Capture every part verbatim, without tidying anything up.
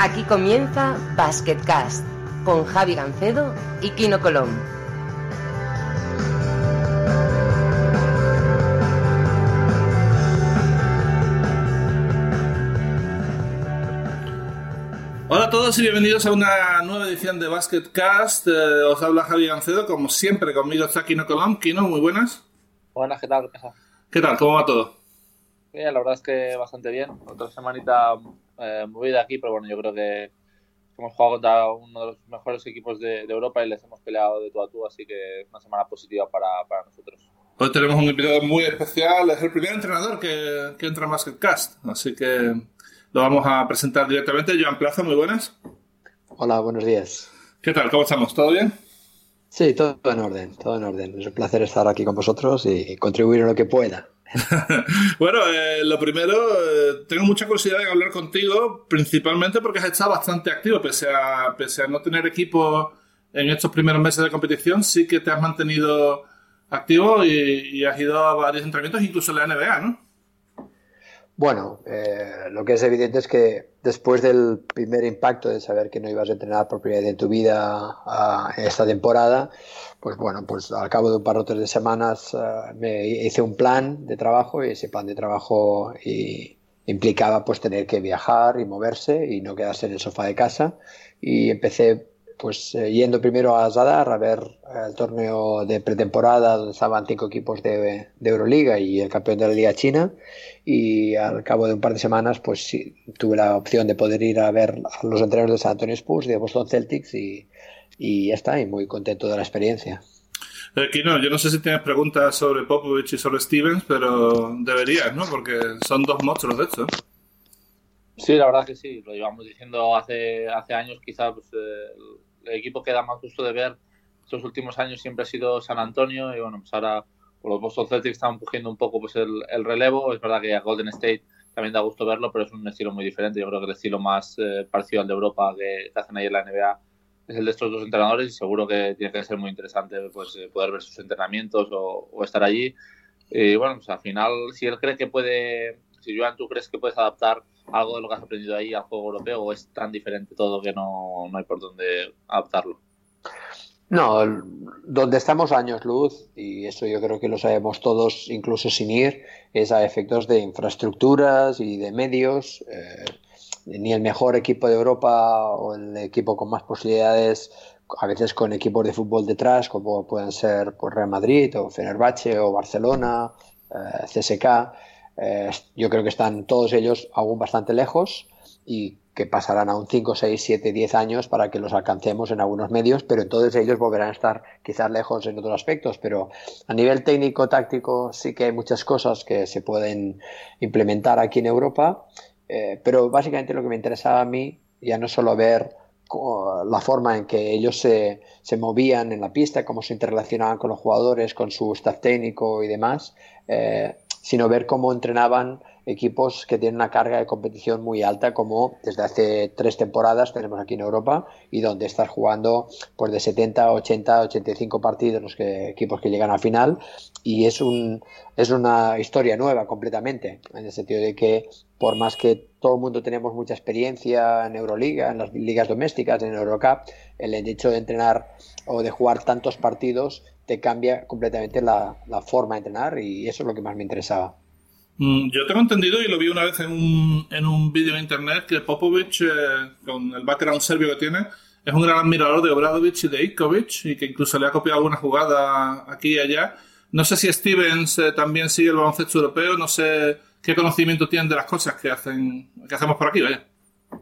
Aquí comienza Basketcast con Javi Gancedo y Kino Colom. Hola a todos y bienvenidos a una nueva edición de Basketcast. Eh, os habla Javi Gancedo, como siempre conmigo está Kino Colom. Kino, muy buenas. Buenas, ¿qué tal? ¿Qué pasa? ¿Qué tal? ¿Cómo va todo? Bien, la verdad es que bastante bien. Otra semanita eh, movida aquí, pero bueno, yo creo que hemos jugado contra uno de los mejores equipos de, de Europa y les hemos peleado de tú a tú, así que es una semana positiva para, para nosotros. Hoy tenemos un invitado muy especial, es el primer entrenador que, que entra en Basketcast, así que lo vamos a presentar directamente. Joan Plaza, muy buenas. Hola, buenos días. ¿Qué tal? ¿Cómo estamos? ¿Todo bien? Sí, todo en orden, todo en orden. Es un placer estar aquí con vosotros y contribuir en lo que pueda. Bueno, eh, lo primero, eh, tengo mucha curiosidad en hablar contigo, principalmente porque has estado bastante activo, pese a, pese a no tener equipo en estos primeros meses de competición, sí que te has mantenido activo y, y has ido a varios entrenamientos, incluso en la N B A, ¿no? Bueno, eh, lo que es evidente es que después del primer impacto de saber que no ibas a entrenar por primera vez en tu vida uh, esta temporada, pues bueno, pues al cabo de un par o tres de semanas uh, me hice un plan de trabajo y ese plan de trabajo y, implicaba pues tener que viajar y moverse y no quedarse en el sofá de casa y empecé pues eh, yendo primero a Zadar a ver el torneo de pretemporada donde estaban cinco equipos de, de Euroliga y el campeón de la Liga China, y al cabo de un par de semanas pues sí, tuve la opción de poder ir a ver a los entrenadores de San Antonio Spurs, de Boston Celtics y, y ya está, y muy contento de la experiencia. Eh, Kino, yo no sé si tienes preguntas sobre Popovich y sobre Stevens, pero deberías, ¿no? Porque son dos monstruos de hecho. Sí, la verdad que sí, lo llevamos diciendo hace, hace años, quizás pues, eh, el equipo que da más gusto de ver estos últimos años siempre ha sido San Antonio y bueno, pues ahora pues los Boston Celtics están cogiendo un poco pues el, el relevo. Es verdad que a Golden State también da gusto verlo, pero es un estilo muy diferente. Yo creo que el estilo más eh, parecido al de Europa que, que hacen ahí en la N B A es el de estos dos entrenadores y seguro que tiene que ser muy interesante pues poder ver sus entrenamientos o, o estar allí. Y bueno, pues al final, si él cree que puede, si Joan, tú crees que puedes adaptar algo de lo que has aprendido ahí al juego europeo, o es tan diferente todo que no, no hay por dónde adaptarlo. No, donde estamos años luz, y eso yo creo que lo sabemos todos, incluso sin ir, es a efectos de infraestructuras y de medios. Eh, ni el mejor equipo de Europa o el equipo con más posibilidades, a veces con equipos de fútbol detrás, como pueden ser pues, Real Madrid o Fenerbahce o Barcelona, eh, C S K, eh, yo creo que están todos ellos aún bastante lejos y que pasarán aún cinco, seis, siete, diez años para que los alcancemos en algunos medios, pero entonces ellos volverán a estar quizás lejos en otros aspectos. Pero a nivel técnico, táctico, sí que hay muchas cosas que se pueden implementar aquí en Europa, eh, pero básicamente lo que me interesaba a mí ya no es solo ver la forma en que ellos se, se movían en la pista, cómo se interrelacionaban con los jugadores, con su staff técnico y demás, eh, sino ver cómo entrenaban equipos que tienen una carga de competición muy alta, como desde hace tres temporadas tenemos aquí en Europa, y donde estás jugando pues de setenta, ochenta, ochenta y cinco partidos los que, equipos que llegan a final, y es un es una historia nueva completamente, en el sentido de que por más que todo el mundo tenemos mucha experiencia en Euroliga, en las ligas domésticas, en Eurocup, el hecho de entrenar o de jugar tantos partidos te cambia completamente la, la forma de entrenar, y eso es lo que más me interesaba. Yo tengo entendido, y lo vi una vez en un, en un vídeo en internet, que Popovich, eh, con el background serbio que tiene, es un gran admirador de Obradovic y de Ivkovic, y que incluso le ha copiado alguna jugada aquí y allá. No sé si Stevens eh, también sigue el baloncesto europeo, no sé qué conocimiento tienen de las cosas que hacen que hacemos por aquí, vaya.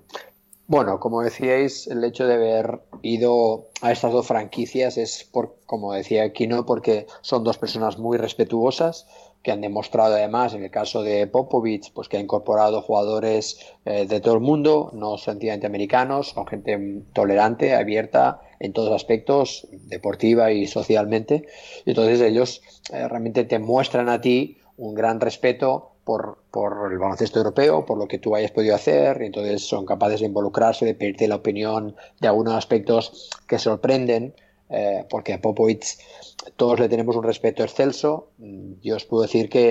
Bueno, como decíais, el hecho de haber ido a estas dos franquicias es, por, como decía Kino, porque son dos personas muy respetuosas, que han demostrado además, en el caso de Popovich, pues que ha incorporado jugadores eh, de todo el mundo, no sencillamente americanos, son gente tolerante, abierta en todos aspectos, deportiva y socialmente. Y entonces ellos eh, realmente te muestran a ti un gran respeto por, por el baloncesto europeo, por lo que tú hayas podido hacer, y entonces son capaces de involucrarse, de pedirte la opinión de algunos aspectos que sorprenden, eh, porque a Popovich todos le tenemos un respeto excelso. Yo os puedo decir que,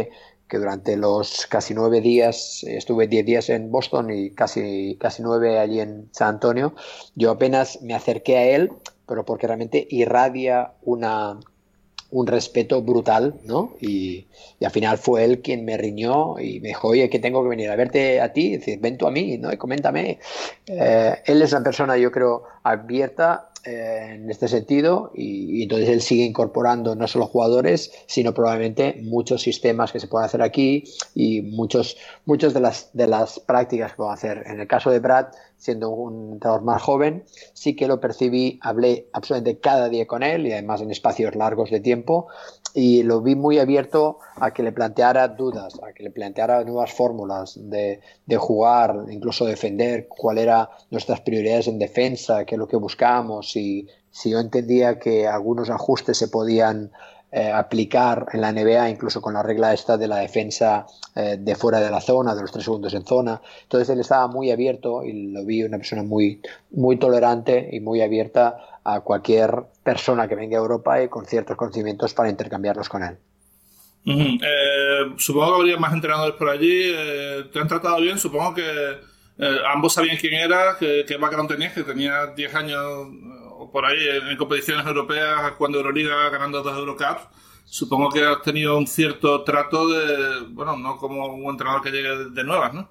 que durante los casi nueve días, estuve diez días en Boston y casi, casi nueve allí en San Antonio, yo apenas me acerqué a él, pero porque realmente irradia una, un respeto brutal, ¿no? Y, y al final fue él quien me riñó y me dijo, oye, que tengo que venir a verte a ti, y decir, ven tú a mí, ¿no? Y coméntame. Eh, él es una persona, yo creo, abierta eh, en este sentido y, y entonces él sigue incorporando no solo jugadores, sino probablemente muchos sistemas que se pueden hacer aquí y muchos, muchas de las, de las prácticas que puedo hacer. En el caso de Brad, siendo un entrenador más joven, sí que lo percibí, hablé absolutamente cada día con él y además en espacios largos de tiempo y lo vi muy abierto a que le planteara dudas, a que le planteara nuevas fórmulas de, de jugar, incluso defender, cuáles eran nuestras prioridades en defensa, qué es lo que buscábamos, si, si yo entendía que algunos ajustes se podían Eh, aplicar en la N B A, incluso con la regla esta de la defensa eh, de fuera de la zona, de los tres segundos en zona. Entonces él estaba muy abierto y lo vi una persona muy, muy tolerante y muy abierta a cualquier persona que venga a Europa y con ciertos conocimientos para intercambiarlos con él. Uh-huh. Eh, supongo que habría más entrenadores por allí. Eh, ¿te han tratado bien? Supongo que eh, ambos sabían quién era, qué, qué background tenías, que tenías diez años o por ahí en, en competiciones europeas, jugando Euroliga, ganando dos Eurocups. Supongo que has tenido un cierto trato de, bueno, no como un entrenador que llegue de, de nuevas, ¿no?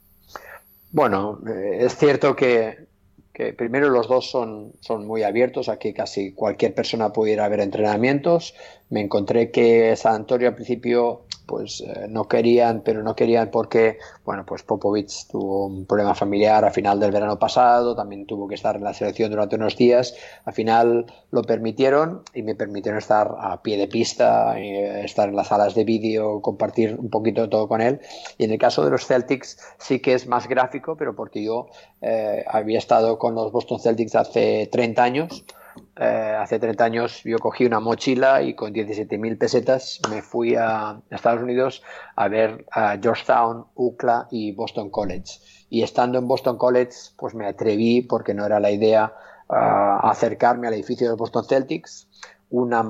Bueno, eh, es cierto que, que primero los dos son, son muy abiertos a que casi cualquier persona pudiera ver entrenamientos. Me encontré que San Antonio al principio pues eh, no querían, pero no querían porque, bueno, pues Popovich tuvo un problema familiar a final del verano pasado, también tuvo que estar en la selección durante unos días. Al final lo permitieron y me permitieron estar a pie de pista, eh, estar en las salas de vídeo, compartir un poquito todo con él. Y en el caso de los Celtics sí que es más gráfico, pero porque yo eh, había estado con los Boston Celtics hace treinta años. Eh, hace treinta años yo cogí una mochila y con diecisiete mil pesetas me fui a Estados Unidos a ver a Georgetown, U C L A y Boston College. Y estando en Boston College, pues me atreví, porque no era la idea, uh, acercarme al edificio de Boston Celtics. Una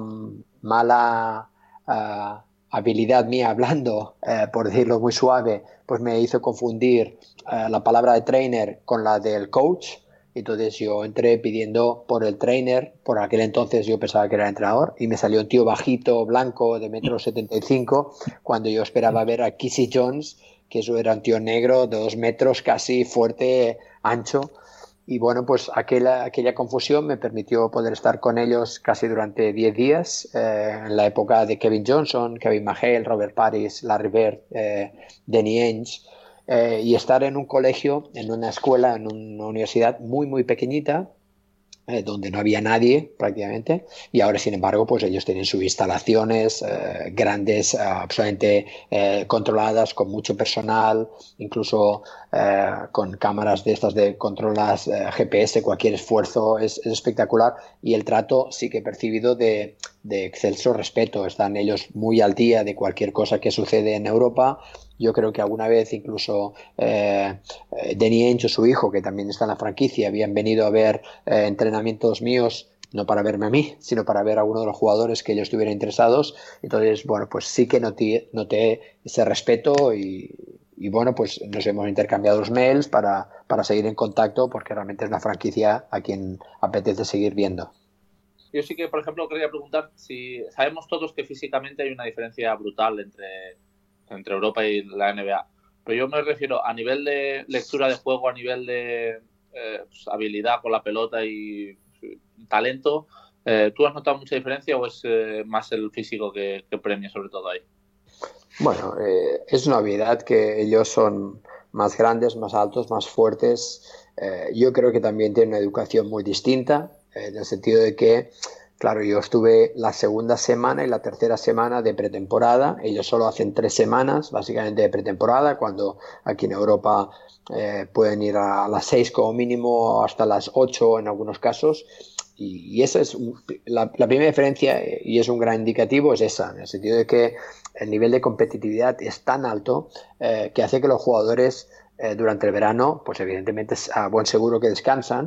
mala uh, habilidad mía hablando, uh, por decirlo muy suave, pues me hizo confundir uh, la palabra de trainer con la del coach. Entonces yo entré pidiendo por el trainer, por aquel entonces yo pensaba que era entrenador, y me salió un tío bajito, blanco, de metro setenta y cinco, cuando yo esperaba ver a Kissy Jones, que eso era un tío negro de dos metros, casi fuerte, ancho. Y bueno, pues aquella, aquella confusión me permitió poder estar con ellos casi durante diez días, eh, en la época de Kevin Johnson, Kevin McHale, Robert Paris, Larry Bird, eh, Danny Ainge. Eh, y estar en un colegio, en una escuela, en una universidad muy muy pequeñita, eh, donde no había nadie prácticamente, y ahora sin embargo pues ellos tienen sus instalaciones eh, grandes, eh, absolutamente eh, controladas, con mucho personal, incluso eh, con cámaras de estas de controlas eh, G P S, cualquier esfuerzo es, es espectacular, y el trato sí que he percibido de, de excelso respeto. Están ellos muy al día de cualquier cosa que sucede en Europa. Yo creo que alguna vez incluso eh, Danny Ainge o su hijo, que también está en la franquicia, habían venido a ver eh, entrenamientos míos, no para verme a mí, sino para ver a uno de los jugadores que ellos estuvieran interesados. Entonces, bueno, pues sí que noté, noté ese respeto y, y, bueno, pues nos hemos intercambiado los mails para, para seguir en contacto, porque realmente es una franquicia a quien apetece seguir viendo. Yo sí que, por ejemplo, quería preguntar si sabemos todos que físicamente hay una diferencia brutal entre... entre Europa y la N B A, pero yo me refiero a nivel de lectura de juego, a nivel de eh, pues, habilidad con la pelota y eh, talento. Eh, ¿tú has notado mucha diferencia o es eh, más el físico que, que premia sobre todo ahí? Bueno, eh, es una obviedad que ellos son más grandes, más altos, más fuertes. Eh, yo creo que también tienen una educación muy distinta, eh, en el sentido de que claro, yo estuve la segunda semana y la tercera semana de pretemporada. Ellos solo hacen tres semanas, básicamente, de pretemporada, cuando aquí en Europa eh, pueden ir a las seis como mínimo, hasta las ocho en algunos casos. Y, y esa es un, la, la primera diferencia, y es un gran indicativo, es esa, en el sentido de que el nivel de competitividad es tan alto eh, que hace que los jugadores eh, durante el verano, pues evidentemente es a buen seguro que descansan,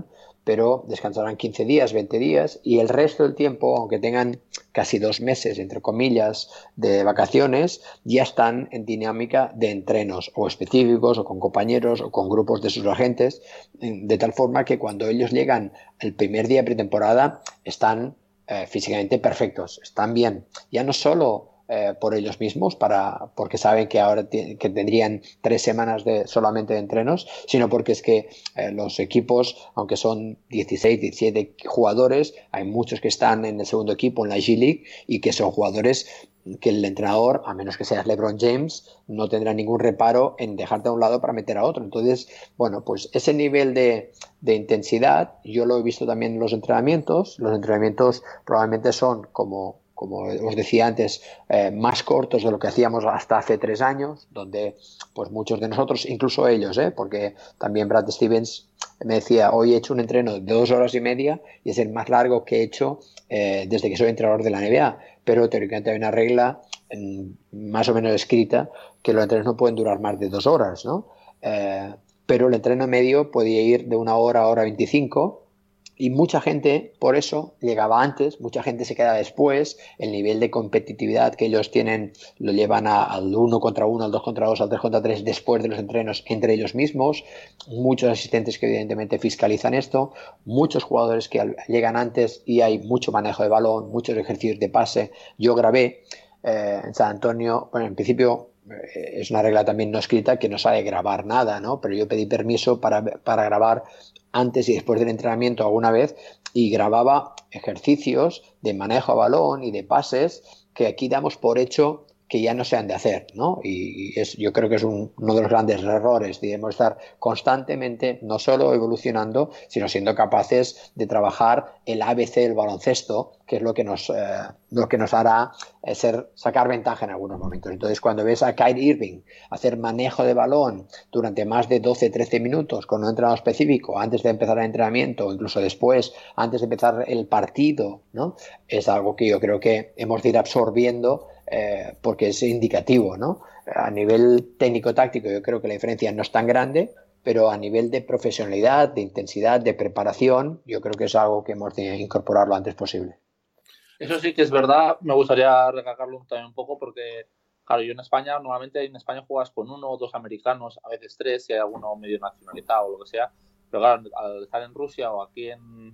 pero descansarán quince días, veinte días, y el resto del tiempo, aunque tengan casi dos meses, entre comillas, de vacaciones, ya están en dinámica de entrenos o específicos o con compañeros o con grupos de sus agentes, de tal forma que cuando ellos llegan el primer día de pretemporada están eh, físicamente perfectos, están bien. Ya no solo eh, por ellos mismos, para, porque saben que ahora que tendrían tres semanas de, solamente de entrenos, sino porque es que eh, los equipos, aunque son dieciséis, diecisiete jugadores, hay muchos que están en el segundo equipo, en la G League, y que son jugadores que el entrenador, a menos que seas LeBron James, no tendrá ningún reparo en dejarte a un lado para meter a otro. Entonces, bueno, pues ese nivel de, de intensidad yo lo he visto también en los entrenamientos. Los entrenamientos probablemente son, como, como os decía antes, eh, más cortos de lo que hacíamos hasta hace tres años, donde pues muchos de nosotros, incluso ellos, ¿eh? Porque también Brad Stevens me decía, hoy he hecho un entreno de dos horas y media y es el más largo que he hecho eh, desde que soy entrenador de la N B A, pero teóricamente hay una regla en, más o menos escrita que los entrenos no pueden durar más de dos horas, ¿no? Eh, pero el entreno medio podía ir de una hora a hora veinticinco y mucha gente por eso llegaba antes, mucha gente se queda después, el nivel de competitividad que ellos tienen lo llevan a, al uno contra uno, al dos contra dos, al tres contra tres después de los entrenos entre ellos mismos, muchos asistentes que evidentemente fiscalizan esto, muchos jugadores que al, llegan antes y hay mucho manejo de balón, muchos ejercicios de pase. Yo grabé eh, en San Antonio, bueno, en principio eh, es una regla también no escrita que no sabe grabar nada, ¿no? Pero yo pedí permiso para, para grabar antes y después del entrenamiento alguna vez y grababa ejercicios de manejo a balón y de pases que aquí damos por hecho que ya no se han de hacer, ¿no? Y es, yo creo que es un, uno de los grandes errores. Debemos estar constantemente no solo evolucionando, sino siendo capaces de trabajar el A B C del baloncesto, que es lo que nos, eh, lo que nos hará eh, ser, sacar ventaja en algunos momentos. Entonces, cuando ves a Kyrie Irving hacer manejo de balón durante más de doce, trece minutos con un entrenador específico, antes de empezar el entrenamiento o incluso después, antes de empezar el partido, ¿no? Es algo que yo creo que hemos de ir absorbiendo Eh, porque es indicativo, ¿no? A nivel técnico-táctico yo creo que la diferencia no es tan grande, pero a nivel de profesionalidad, de intensidad, de preparación, yo creo que es algo que hemos de incorporar lo antes posible. Eso sí que es verdad, me gustaría recalcarlo también un poco porque, claro, yo en España, normalmente en España juegas con uno o dos americanos, a veces tres, si hay alguno medio nacionalizado o lo que sea, pero claro, al estar en Rusia o aquí en,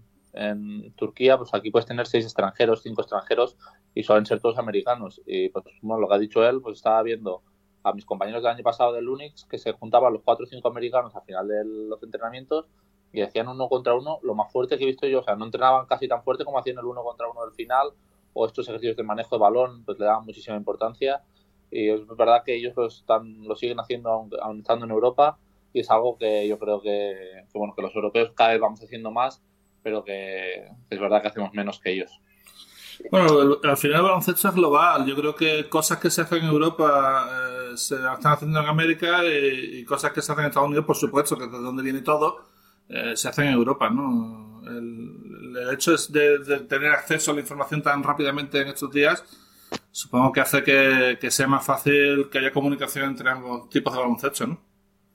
en Turquía, pues aquí puedes tener seis extranjeros, cinco extranjeros, y suelen ser todos americanos. Y pues bueno, lo que ha dicho él, pues estaba viendo a mis compañeros del año pasado del Unix que se juntaban los cuatro o cinco americanos al final de los entrenamientos y hacían uno contra uno lo más fuerte que he visto yo. O sea, no entrenaban casi tan fuerte como hacían el uno contra uno del final, o estos ejercicios de manejo de balón, pues le daban muchísima importancia. Y es verdad que ellos lo, están, lo siguen haciendo aún, aún estando en Europa, y es algo que yo creo que, que, bueno, que los europeos cada vez vamos haciendo más, pero que es verdad que hacemos menos que ellos. Bueno, al final el baloncesto es global. Yo creo que cosas que se hacen en Europa eh, se están haciendo en América y, y cosas que se hacen en Estados Unidos, por supuesto, que es de donde viene todo, eh, se hacen en Europa, ¿no? El, el hecho es de, de tener acceso a la información tan rápidamente en estos días, supongo que hace que, que sea más fácil que haya comunicación entre ambos tipos de baloncesto, ¿no?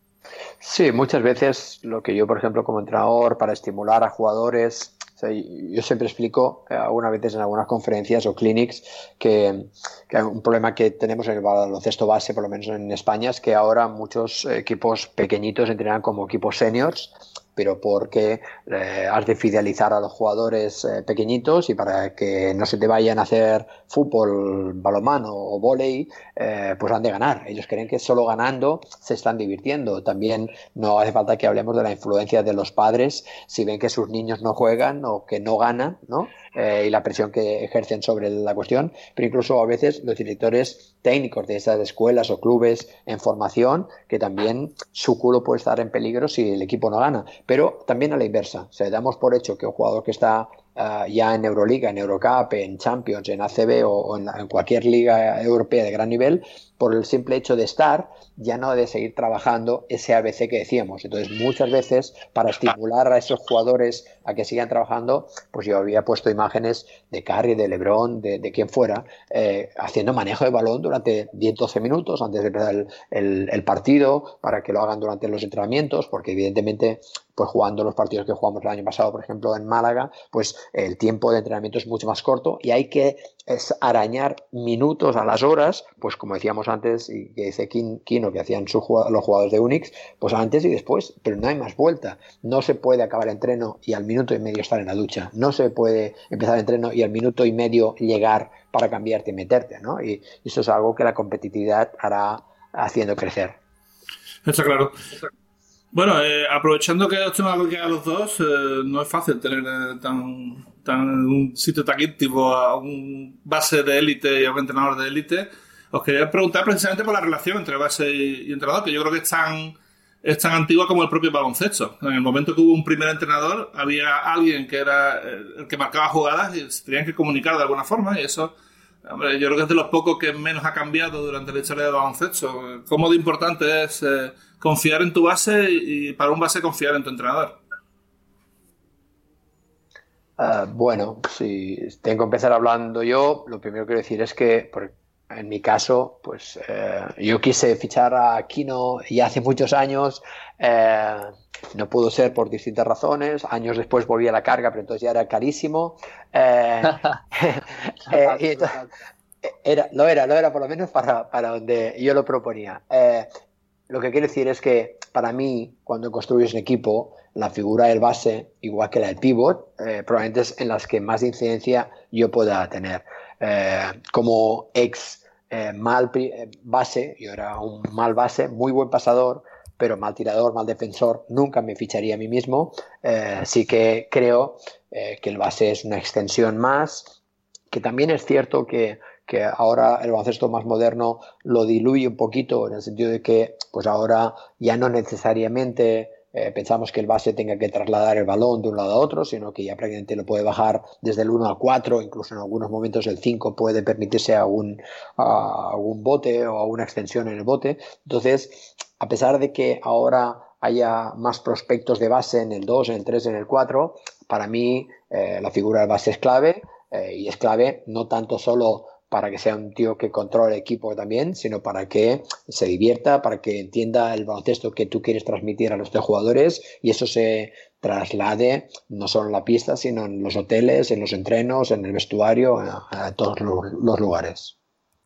Sí, muchas veces lo que yo, por ejemplo, como entrenador, para estimular a jugadores... O sea, yo siempre explico eh, algunas veces en algunas conferencias o clinics que, que un problema que tenemos en el baloncesto base, por lo menos en España, es que ahora muchos equipos pequeñitos entrenan como equipos seniors, pero porque eh, has de fidelizar a los jugadores eh, pequeñitos y para que no se te vayan a hacer fútbol, balonmano o vóley, eh, pues han de ganar. Ellos creen que solo ganando se están divirtiendo. También no hace falta que hablemos de la influencia de los padres si ven que sus niños no juegan o que no ganan, ¿no? Eh, y la presión que ejercen sobre la cuestión, pero incluso a veces los directores técnicos de esas escuelas o clubes en formación, que también su culo puede estar en peligro si el equipo no gana, pero también a la inversa. O sea, damos por hecho que un jugador que está uh, ya en Euroliga, en Eurocup, en Champions, en A C B o, o en, la, en cualquier liga europea de gran nivel, por el simple hecho de estar, ya no ha de seguir trabajando ese A B C que decíamos. Entonces, muchas veces, para estimular a esos jugadores a que sigan trabajando, pues yo había puesto imágenes de Curry, de LeBron, de, de quien fuera, eh, haciendo manejo de balón durante diez a doce minutos antes de empezar el, el, el partido, para que lo hagan durante los entrenamientos, porque evidentemente pues jugando los partidos que jugamos el año pasado, por ejemplo, en Málaga, pues el tiempo de entrenamiento es mucho más corto y hay que es arañar minutos a las horas, pues como decíamos antes, y que dice Kino, que hacían su, los jugadores de Unix, pues antes y después, pero no hay más vuelta. No se puede acabar el entreno y al minuto y medio estar en la ducha. No se puede empezar el entreno y al minuto y medio llegar para cambiarte y meterte, ¿no? Y eso es algo que la competitividad hará haciendo crecer. Está claro. Bueno, eh, aprovechando que os tengo aquí a los dos, eh, no es fácil tener eh, tan, tan un sitio tan íntimo a un base de élite y a un entrenador de élite. Os quería preguntar precisamente por la relación entre base y, y entrenador, que yo creo que es tan, es tan antigua como el propio baloncesto. En el momento que hubo un primer entrenador, había alguien que era el que marcaba jugadas y se tenían que comunicar de alguna forma, y eso, hombre, yo creo que es de los pocos que menos ha cambiado durante la historia del baloncesto. Cómo de importante es eh, confiar en tu base y, y para un base confiar en tu entrenador. Uh, bueno, si tengo que empezar hablando yo, lo primero que quiero decir es que por, en mi caso, pues eh, yo quise fichar a Kino ya hace muchos años, eh, no pudo ser por distintas razones, años después volví a la carga, pero entonces ya era carísimo. Eh, eh, y entonces, era, lo era, lo era por lo menos para, para donde yo lo proponía. Eh, lo que quiero decir es que para mí, cuando construyes un equipo, la figura del base, igual que la del pivot, eh, probablemente es en las que más incidencia yo pueda tener. Eh, como ex eh, mal base, yo era un mal base, muy buen pasador, pero mal tirador, mal defensor, nunca me ficharía a mí mismo. Eh, sí que creo eh, que el base es una extensión más, que también es cierto que, que ahora el baloncesto más moderno lo diluye un poquito, en el sentido de que pues ahora ya no necesariamente Eh, pensamos que el base tenga que trasladar el balón de un lado a otro, sino que ya prácticamente lo puede bajar desde el uno al cuatro, incluso en algunos momentos el cinco puede permitirse algún, a algún bote o alguna extensión en el bote. Entonces, a pesar de que ahora haya más prospectos de base en el dos, en el tres, en el cuatro, para mí eh, la figura del base es clave, eh, y es clave no tanto solo para que sea un tío que controle el equipo también, sino para que se divierta, para que entienda el baloncesto que tú quieres transmitir a los tres jugadores y eso se traslade no solo en la pista, sino en los hoteles, en los entrenos, en el vestuario, a, a todos los, los lugares.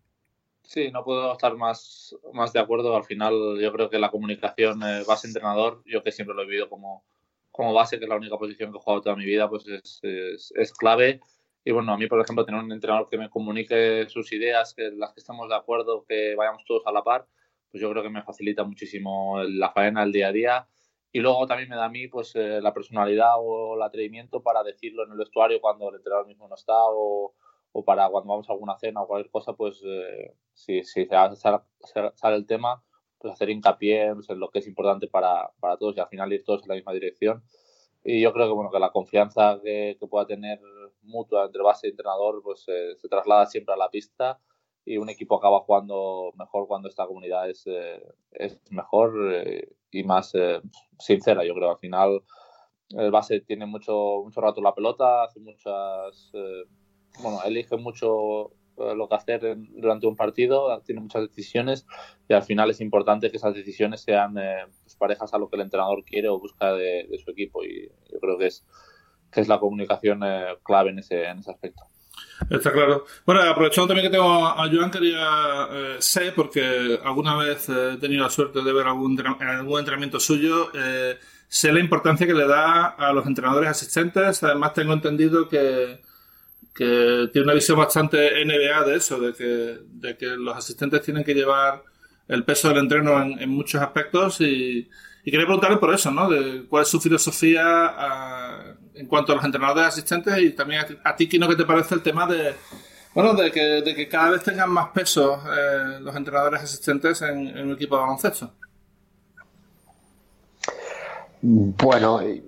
Sí, no puedo estar más, más de acuerdo. Al final yo creo que la comunicación eh, base-entrenador, yo que siempre lo he vivido como, como base, que es la única posición que he jugado toda mi vida, pues es, es, es clave. Y bueno, a mí, por ejemplo, tener un entrenador que me comunique sus ideas, que las que estemos de acuerdo, que vayamos todos a la par, pues yo creo que me facilita muchísimo la faena, el día a día. Y luego también me da a mí pues eh, la personalidad o el atrevimiento para decirlo en el vestuario cuando el entrenador mismo no está, o, o para cuando vamos a alguna cena o cualquier cosa, pues eh, si, si sale, sale el tema, pues hacer hincapié en lo que es importante para, para todos y al final ir todos en la misma dirección. Y yo creo que bueno que la confianza que, que pueda tener mutua entre base y entrenador pues eh, se traslada siempre a la pista y un equipo acaba jugando mejor cuando esta comunidad es, eh, es mejor eh, y más eh, sincera. Yo creo al final el base tiene mucho mucho rato la pelota, hace muchas eh, bueno elige mucho eh, lo que hacer en, durante un partido, tiene muchas decisiones y al final es importante que esas decisiones sean eh, pues parejas a lo que el entrenador quiere o busca de, de su equipo y yo creo que es que es la comunicación eh, clave en ese, en ese aspecto. Está claro. Bueno, aprovechando también que tengo a Joan, quería, eh, sé, porque alguna vez eh, he tenido la suerte de ver algún, algún entrenamiento suyo, eh, sé la importancia que le da a los entrenadores asistentes. Además, tengo entendido que, que tiene una visión bastante N B A de eso, de que, de que los asistentes tienen que llevar el peso del entreno en, en muchos aspectos y, y quería preguntarle por eso, ¿no? De cuál es su filosofía a, en cuanto a los entrenadores asistentes y también a, a ti, Kino, ¿qué te parece el tema de, bueno, de que, de que cada vez tengan más peso eh, los entrenadores asistentes en, en un equipo de baloncesto? Bueno,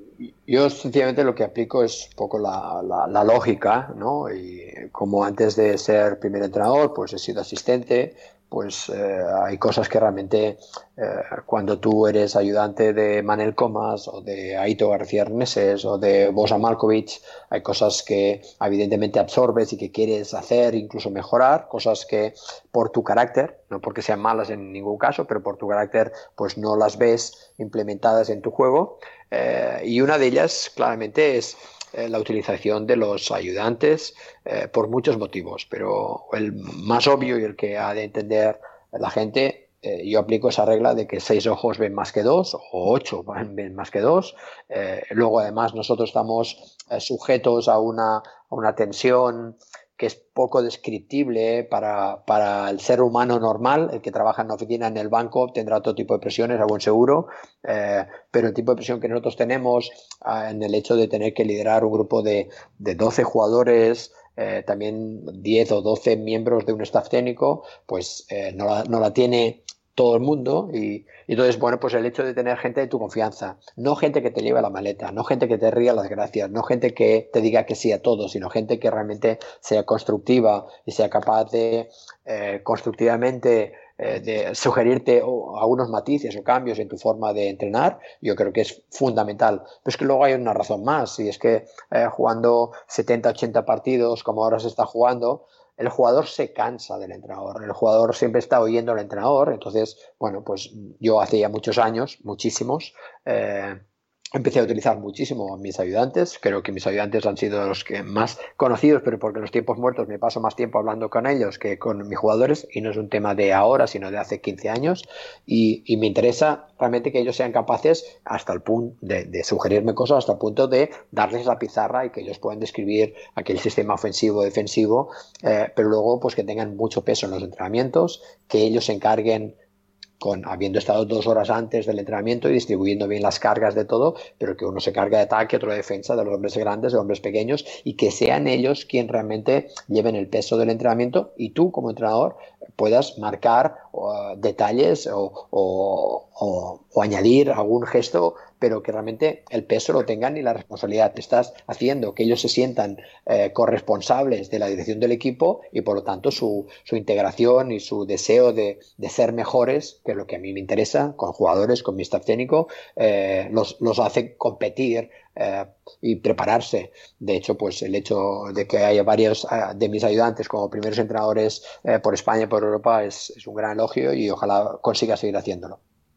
Yo sencillamente lo que aplico es un poco la, la, la lógica, ¿no? Y como antes de ser primer entrenador, pues he sido asistente, pues eh, hay cosas que realmente eh, cuando tú eres ayudante de Manel Comas o de Aito García Arneses o de Bosa Malkovich, hay cosas que evidentemente absorbes y que quieres hacer, incluso mejorar, cosas que por tu carácter, no porque sean malas en ningún caso, pero por tu carácter pues no las ves implementadas en tu juego. Eh, y una de ellas claramente es eh, la utilización de los ayudantes eh, por muchos motivos, pero el más obvio y el que ha de entender la gente, eh, yo aplico esa regla de que seis ojos ven más que dos o ocho ven más que dos. Eh, luego además nosotros estamos eh, sujetos a una, a una tensión que es poco descriptible para, para el ser humano normal. El que trabaja en la oficina, en el banco, tendrá otro tipo de presiones, a buen seguro, eh, pero el tipo de presión que nosotros tenemos eh, en el hecho de tener que liderar un grupo de, de doce jugadores, eh, también diez o doce miembros de un staff técnico, pues eh, no, la, no la tiene todo el mundo. Y, y entonces, bueno, pues el hecho de tener gente de tu confianza, no gente que te lleve la maleta, no gente que te ría las gracias, no gente que te diga que sí a todo, sino gente que realmente sea constructiva y sea capaz de eh, constructivamente eh, de sugerirte o, algunos matices o cambios en tu forma de entrenar, yo creo que es fundamental. Pero es que luego hay una razón más, y es que eh, jugando setenta, ochenta partidos como ahora se está jugando, el jugador se cansa del entrenador, el jugador siempre está oyendo al entrenador. Entonces, bueno, pues yo hace ya muchos años, muchísimos, eh, empecé a utilizar muchísimo a mis ayudantes. Creo que mis ayudantes han sido los que más conocidos, pero porque en los tiempos muertos me paso más tiempo hablando con ellos que con mis jugadores, y no es un tema de ahora, sino de hace quince años, y, y me interesa realmente que ellos sean capaces hasta el punto de, de sugerirme cosas, hasta el punto de darles la pizarra y que ellos puedan describir aquel sistema ofensivo o defensivo, eh, pero luego pues que tengan mucho peso en los entrenamientos, que ellos se encarguen con, habiendo estado dos horas antes del entrenamiento y distribuyendo bien las cargas de todo, pero que uno se carga de ataque, otro de defensa, de los hombres grandes, de los hombres pequeños, y que sean ellos quien realmente lleven el peso del entrenamiento, y tú como entrenador puedas marcar uh, detalles o, o, o, o añadir algún gesto, pero que realmente el peso lo tengan y la responsabilidad. Te estás haciendo que ellos se sientan eh, corresponsables de la dirección del equipo, y por lo tanto su, su integración y su deseo de, de ser mejores, que es lo que a mí me interesa, con jugadores, con mi staff técnico, eh, los, los hace competir eh, y prepararse. De hecho, pues el hecho de que haya varios eh, de mis ayudantes como primeros entrenadores eh, por España y por Europa es, es un gran elogio, y ojalá consiga seguir haciéndolo.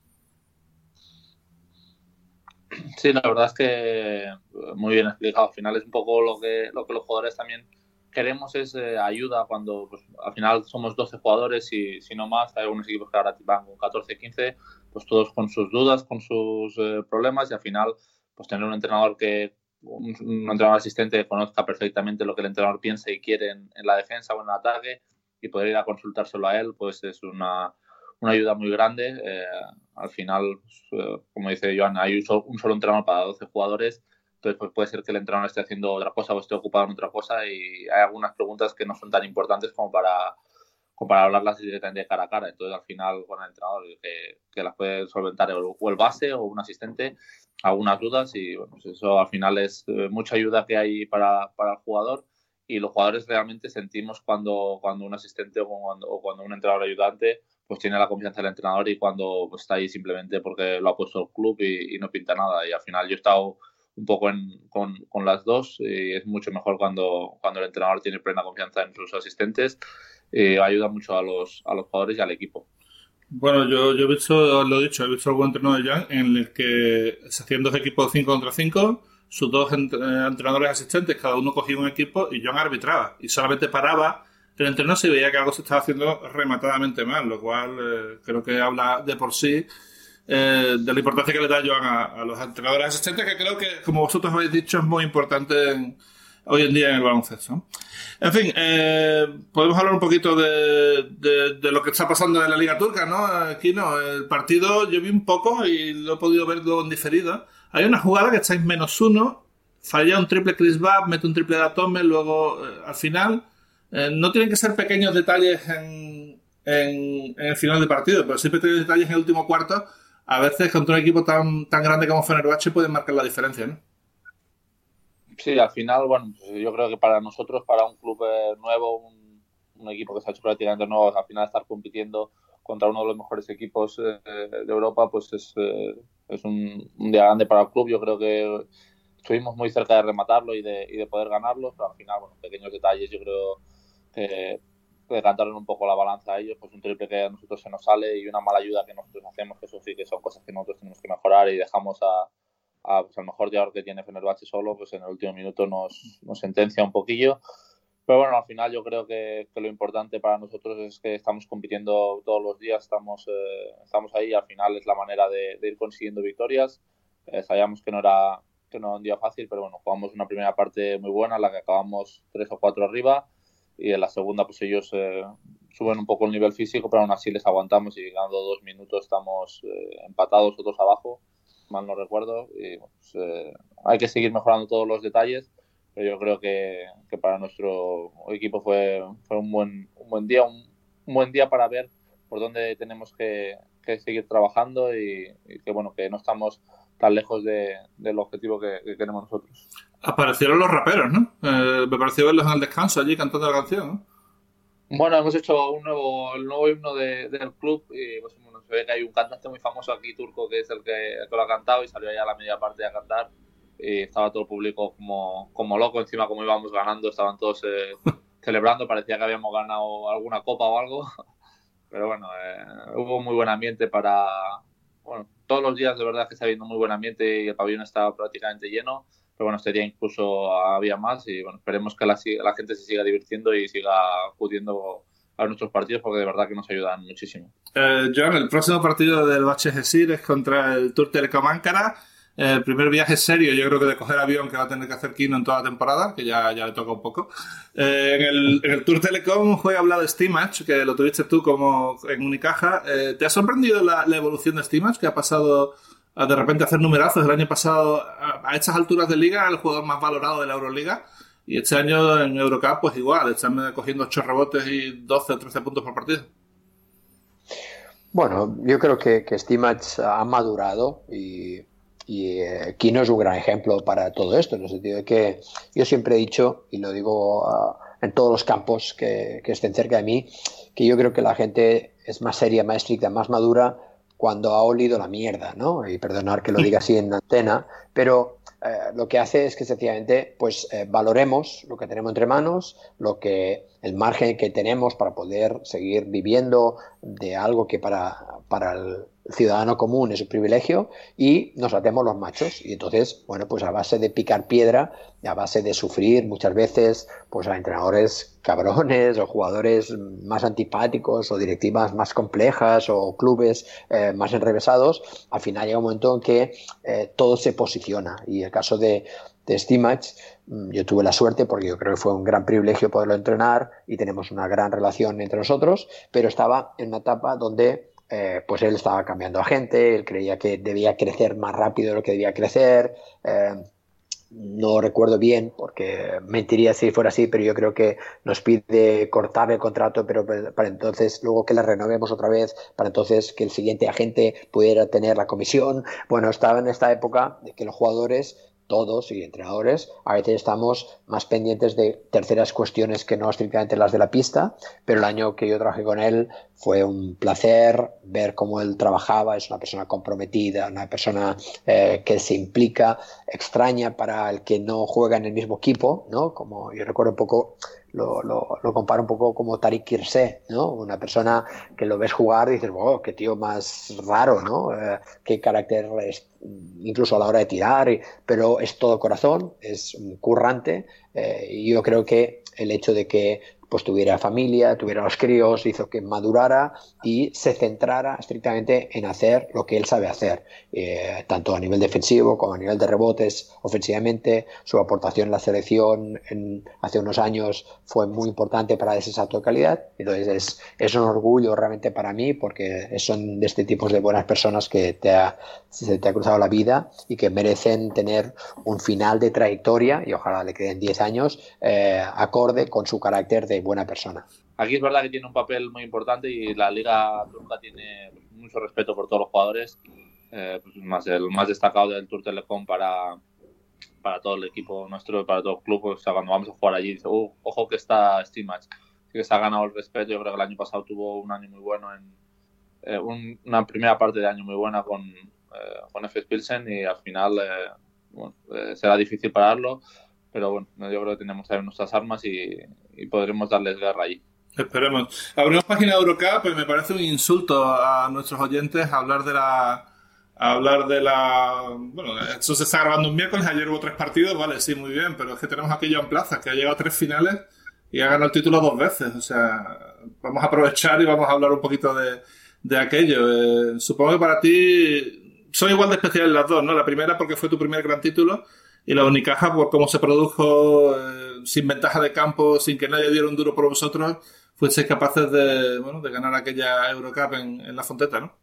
Sí, la verdad es que muy bien explicado. Al final es un poco lo que, lo que los jugadores también queremos, es eh, ayuda cuando pues, al final somos doce jugadores y si no más. Hay algunos equipos que ahora van con catorce, quince, pues todos con sus dudas, con sus eh, problemas, y al final pues tener un entrenador que un, un entrenador asistente que conozca perfectamente lo que el entrenador piensa y quiere en, en la defensa o en el ataque, y poder ir a consultárselo a él, pues es una, una ayuda muy grande. Eh, al final, pues, como dice Joan, hay un solo, un solo entrenador para doce jugadores, entonces pues puede ser que el entrenador esté haciendo otra cosa o esté ocupado en otra cosa, y hay algunas preguntas que no son tan importantes como para, como para hablarlas directamente de cara a cara. Entonces al final con el entrenador que, que las puede solventar el, o el base o un asistente algunas dudas, y bueno, pues eso al final es eh, mucha ayuda que hay para, para el jugador. Y los jugadores realmente sentimos cuando, cuando un asistente o cuando, o cuando un entrenador ayudante pues tiene la confianza del entrenador, y cuando pues, está ahí simplemente porque lo ha puesto el club y, y no pinta nada. Y al final yo he estado un poco en, con, con las dos, y es mucho mejor cuando, cuando el entrenador tiene plena confianza en sus asistentes, y ayuda mucho a los, a los jugadores y al equipo. Bueno, yo, yo he visto, lo he dicho, he visto algún entrenador de Jan en el que se hacían dos equipos cinco contra cinco, sus dos entrenadores asistentes, cada uno cogía un equipo y Jan arbitraba, y solamente paraba el entrenador si veía que algo se estaba haciendo rematadamente mal, lo cual eh, creo que habla de por sí eh, de la importancia que le da Joan a, a los entrenadores asistentes, que creo que, como vosotros habéis dicho, es muy importante en, hoy en día en el baloncesto. En fin, eh, podemos hablar un poquito de, de, de lo que está pasando en la Liga Turca, ¿no? Aquí no, el partido yo vi un poco y lo he podido ver luego en diferido. Hay una jugada que estáis menos uno, falla un triple Chris Babb, mete un triple de Atome, luego eh, al final eh, no tienen que ser pequeños detalles en, en, en el final del partido, pero sí pequeños detalles en el último cuarto. A veces contra un equipo tan, tan grande como Fenerbahce pueden marcar la diferencia, ¿no? Sí, al final, bueno, pues yo creo que para nosotros, para un club eh, nuevo, un, un equipo que se ha hecho prácticamente nuevo, al final estar compitiendo contra uno de los mejores equipos eh, de Europa, pues es, eh, es un, un día grande para el club. Yo creo que estuvimos muy cerca de rematarlo y de, y de poder ganarlo, pero al final, bueno, pequeños detalles, yo creo que decantaron un poco la balanza a ellos, pues un triple que a nosotros se nos sale y una mala ayuda que nosotros hacemos, que eso sí que son cosas que nosotros tenemos que mejorar y dejamos a A, pues, al mejor jugador que tiene Fenerbahce solo, pues en el último minuto nos, nos sentencia un poquillo. Pero bueno, al final yo creo que, que lo importante para nosotros es que estamos compitiendo todos los días, estamos, eh, estamos ahí y al final es la manera de, de ir consiguiendo victorias. Eh, sabíamos que no, era, que no era un día fácil, pero bueno, jugamos una primera parte muy buena, en la que acabamos tres o cuatro arriba y en la segunda pues ellos eh, suben un poco el nivel físico, pero aún así les aguantamos y llegando dos minutos estamos eh, empatados, otros abajo. Mal no recuerdo, y pues, eh, hay que seguir mejorando todos los detalles, pero yo creo que, que para nuestro equipo fue, fue un buen un buen día, un, un buen día para ver por dónde tenemos que, que seguir trabajando y, y que bueno, que no estamos tan lejos de, del objetivo que, que queremos nosotros. Aparecieron los raperos, ¿no? Eh, me pareció verlos en el descanso allí cantando la canción, ¿no? Bueno, hemos hecho un nuevo, el nuevo himno de, del club y pues, bueno, se ve que hay un cantante muy famoso aquí, turco, que es el que, el que lo ha cantado y salió ya a la media parte a cantar y estaba todo el público como, como loco, encima como íbamos ganando, estaban todos eh, celebrando, parecía que habíamos ganado alguna copa o algo, pero bueno, eh, hubo muy buen ambiente para, bueno, todos los días de verdad que está habiendo muy buen ambiente y el pabellón estaba prácticamente lleno. Pero bueno, este día incluso había más y bueno, esperemos que la, la gente se siga divirtiendo y siga acudiendo a nuestros partidos porque de verdad que nos ayudan muchísimo. Eh, John, el próximo partido del Başakşehir es contra el Türk Telekom Ankara. Eh, el primer viaje serio, yo creo que de coger avión que va a tener que hacer Kino en toda la temporada, que ya, ya le toca un poco. Eh, en, el, en el Türk Telekom juega hablado Stimac, que lo tuviste tú como en Unicaja. Eh, ¿Te ha sorprendido la, la evolución de Stimac, que ha pasado de repente hacer numerazos? El año pasado, a estas alturas de liga, el jugador más valorado de la Euroliga, y este año en Eurocup pues igual, están cogiendo ocho rebotes y doce o trece puntos por partido. Bueno, yo creo que, que Stimac ha madurado y, y eh, Kino es un gran ejemplo para todo esto, en el sentido de que yo siempre he dicho, y lo digo uh, en todos los campos que, que estén cerca de mí, que yo creo que la gente es más seria, más estricta, más madura cuando ha olido la mierda, ¿no? Y perdonar que lo diga así en antena, pero eh, lo que hace es que sencillamente pues eh, valoremos lo que tenemos entre manos, lo que el margen que tenemos para poder seguir viviendo de algo que para, para el ciudadano común es un privilegio, y nos atemos los machos. Y entonces, bueno, pues a base de picar piedra, a base de sufrir muchas veces pues a entrenadores cabrones o jugadores más antipáticos o directivas más complejas o clubes eh, más enrevesados, al final llega un momento en que eh, todo se posiciona. Y el caso de, de Stimac, yo tuve la suerte, porque yo creo que fue un gran privilegio poderlo entrenar y tenemos una gran relación entre nosotros, pero estaba en una etapa donde Eh, pues él estaba cambiando a gente, él creía que debía crecer más rápido de lo que debía crecer. Eh, no recuerdo bien, porque mentiría si fuera así, pero yo creo que nos pide cortar el contrato, pero para entonces luego que le renovemos otra vez, para entonces que el siguiente agente pudiera tener la comisión. Bueno, estaba en esta época de que los jugadores, todos y entrenadores, a veces estamos más pendientes de terceras cuestiones que no estrictamente las de la pista, pero el año que yo trabajé con él fue un placer ver cómo él trabajaba. Es una persona comprometida, una persona eh, que se implica, extraña para el que no juega en el mismo equipo, ¿no? Como yo recuerdo un poco, lo, lo, lo comparo un poco como Tariq Kirsé, ¿no? Una persona que lo ves jugar y dices, wow, qué tío más raro, ¿no? Eh, qué carácter es, incluso a la hora de tirar, y, pero es todo corazón, es un currante, eh, y yo creo que el hecho de que pues tuviera familia, tuviera los críos, hizo que madurara y se centrara estrictamente en hacer lo que él sabe hacer, eh, tanto a nivel defensivo como a nivel de rebotes ofensivamente. Su aportación en la selección en, hace unos años fue muy importante para ese salto de calidad. Entonces es, es un orgullo realmente para mí, porque son de este tipo de buenas personas que te ha, se te ha cruzado la vida y que merecen tener un final de trayectoria, y ojalá le queden diez años, eh, acorde con su carácter de buena persona. Aquí es verdad que tiene un papel muy importante y la liga turca tiene mucho respeto por todos los jugadores, eh, pues más el más destacado del Türk Telekom para, para todo el equipo nuestro, para todo el club. O sea, cuando vamos a jugar allí, dice, uh, ojo que está Steam Match. Sí que se ha ganado el respeto. Yo creo que el año pasado tuvo un año muy bueno, en eh, un, una primera parte de año muy buena con, eh, con F S Pilsen, y al final eh, bueno, eh, será difícil pararlo. Pero bueno, yo creo que tenemos ahí nuestras armas y, y podremos darles guerra allí. Esperemos. Abrimos página de Eurocup, pues me parece un insulto a nuestros oyentes hablar de la... hablar de la... Bueno, eso se está grabando un miércoles, ayer hubo tres partidos, vale, sí, muy bien, pero es que tenemos aquí Joan Plaza, que ha llegado a tres finales y ha ganado el título dos veces. O sea, vamos a aprovechar y vamos a hablar un poquito de, de aquello. Eh, supongo que para ti son igual de especiales las dos, ¿no? La primera porque fue tu primer gran título, y la Unicaja por cómo se produjo, eh, sin ventaja de campo, sin que nadie diera un duro por vosotros, fuisteis capaces de, bueno, de ganar aquella Eurocup en, en la Fonteta, ¿no?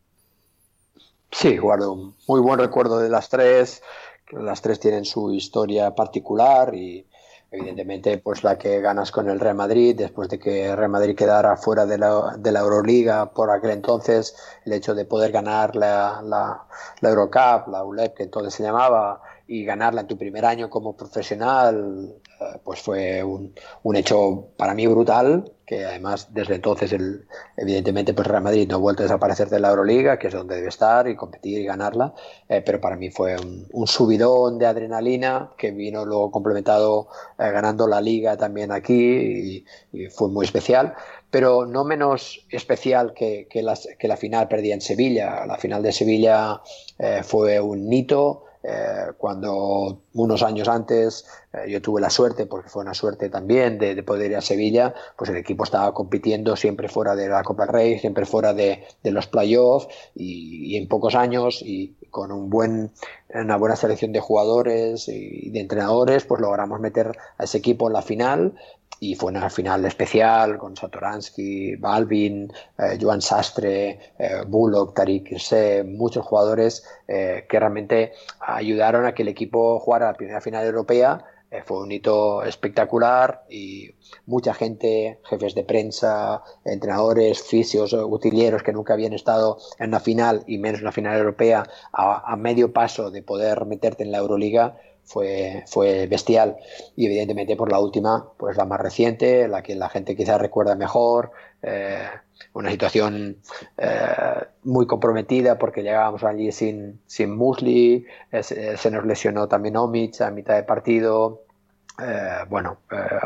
Sí, guardo un muy buen recuerdo de las tres. Las tres tienen su historia particular y evidentemente pues la que ganas con el Real Madrid después de que el Real Madrid quedara fuera de la, de la Euroliga por aquel entonces, el hecho de poder ganar la, la, la Eurocup, la U L E P que entonces se llamaba, y ganarla en tu primer año como profesional, pues fue un, un hecho para mí brutal, que además desde entonces el, evidentemente pues Real Madrid no ha vuelto a desaparecer de la Euroliga, que es donde debe estar y competir y ganarla, eh, pero para mí fue un, un subidón de adrenalina que vino luego complementado eh, ganando la Liga también aquí, y, y fue muy especial, pero no menos especial que, que, las, que la final perdida en Sevilla. La final de Sevilla eh, fue un hito. Eh, cuando unos años antes eh, yo tuve la suerte, porque fue una suerte también de, de poder ir a Sevilla, pues el equipo estaba compitiendo siempre fuera de la Copa del Rey, siempre fuera de, de los playoffs, y, y en pocos años y con un buen, una buena selección de jugadores y de entrenadores, pues logramos meter a ese equipo en la final. Y fue una final especial con Satoransky, Balvin, eh, Joan Sastre, eh, Bullock, Tariq Irse, muchos jugadores eh, que realmente ayudaron a que el equipo jugara la primera final europea. Eh, fue un hito espectacular y mucha gente, jefes de prensa, entrenadores, fisios, utileros que nunca habían estado en una final y menos en una final europea, a, a medio paso de poder meterte en la Euroliga. Fue, fue bestial. Y evidentemente por la última, pues la más reciente, la que la gente quizás recuerda mejor, eh, una situación eh, muy comprometida porque llegábamos allí sin, sin Musli, eh, se, se nos lesionó también Omic a mitad de partido, eh, bueno,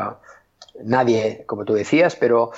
eh, nadie, como tú decías, pero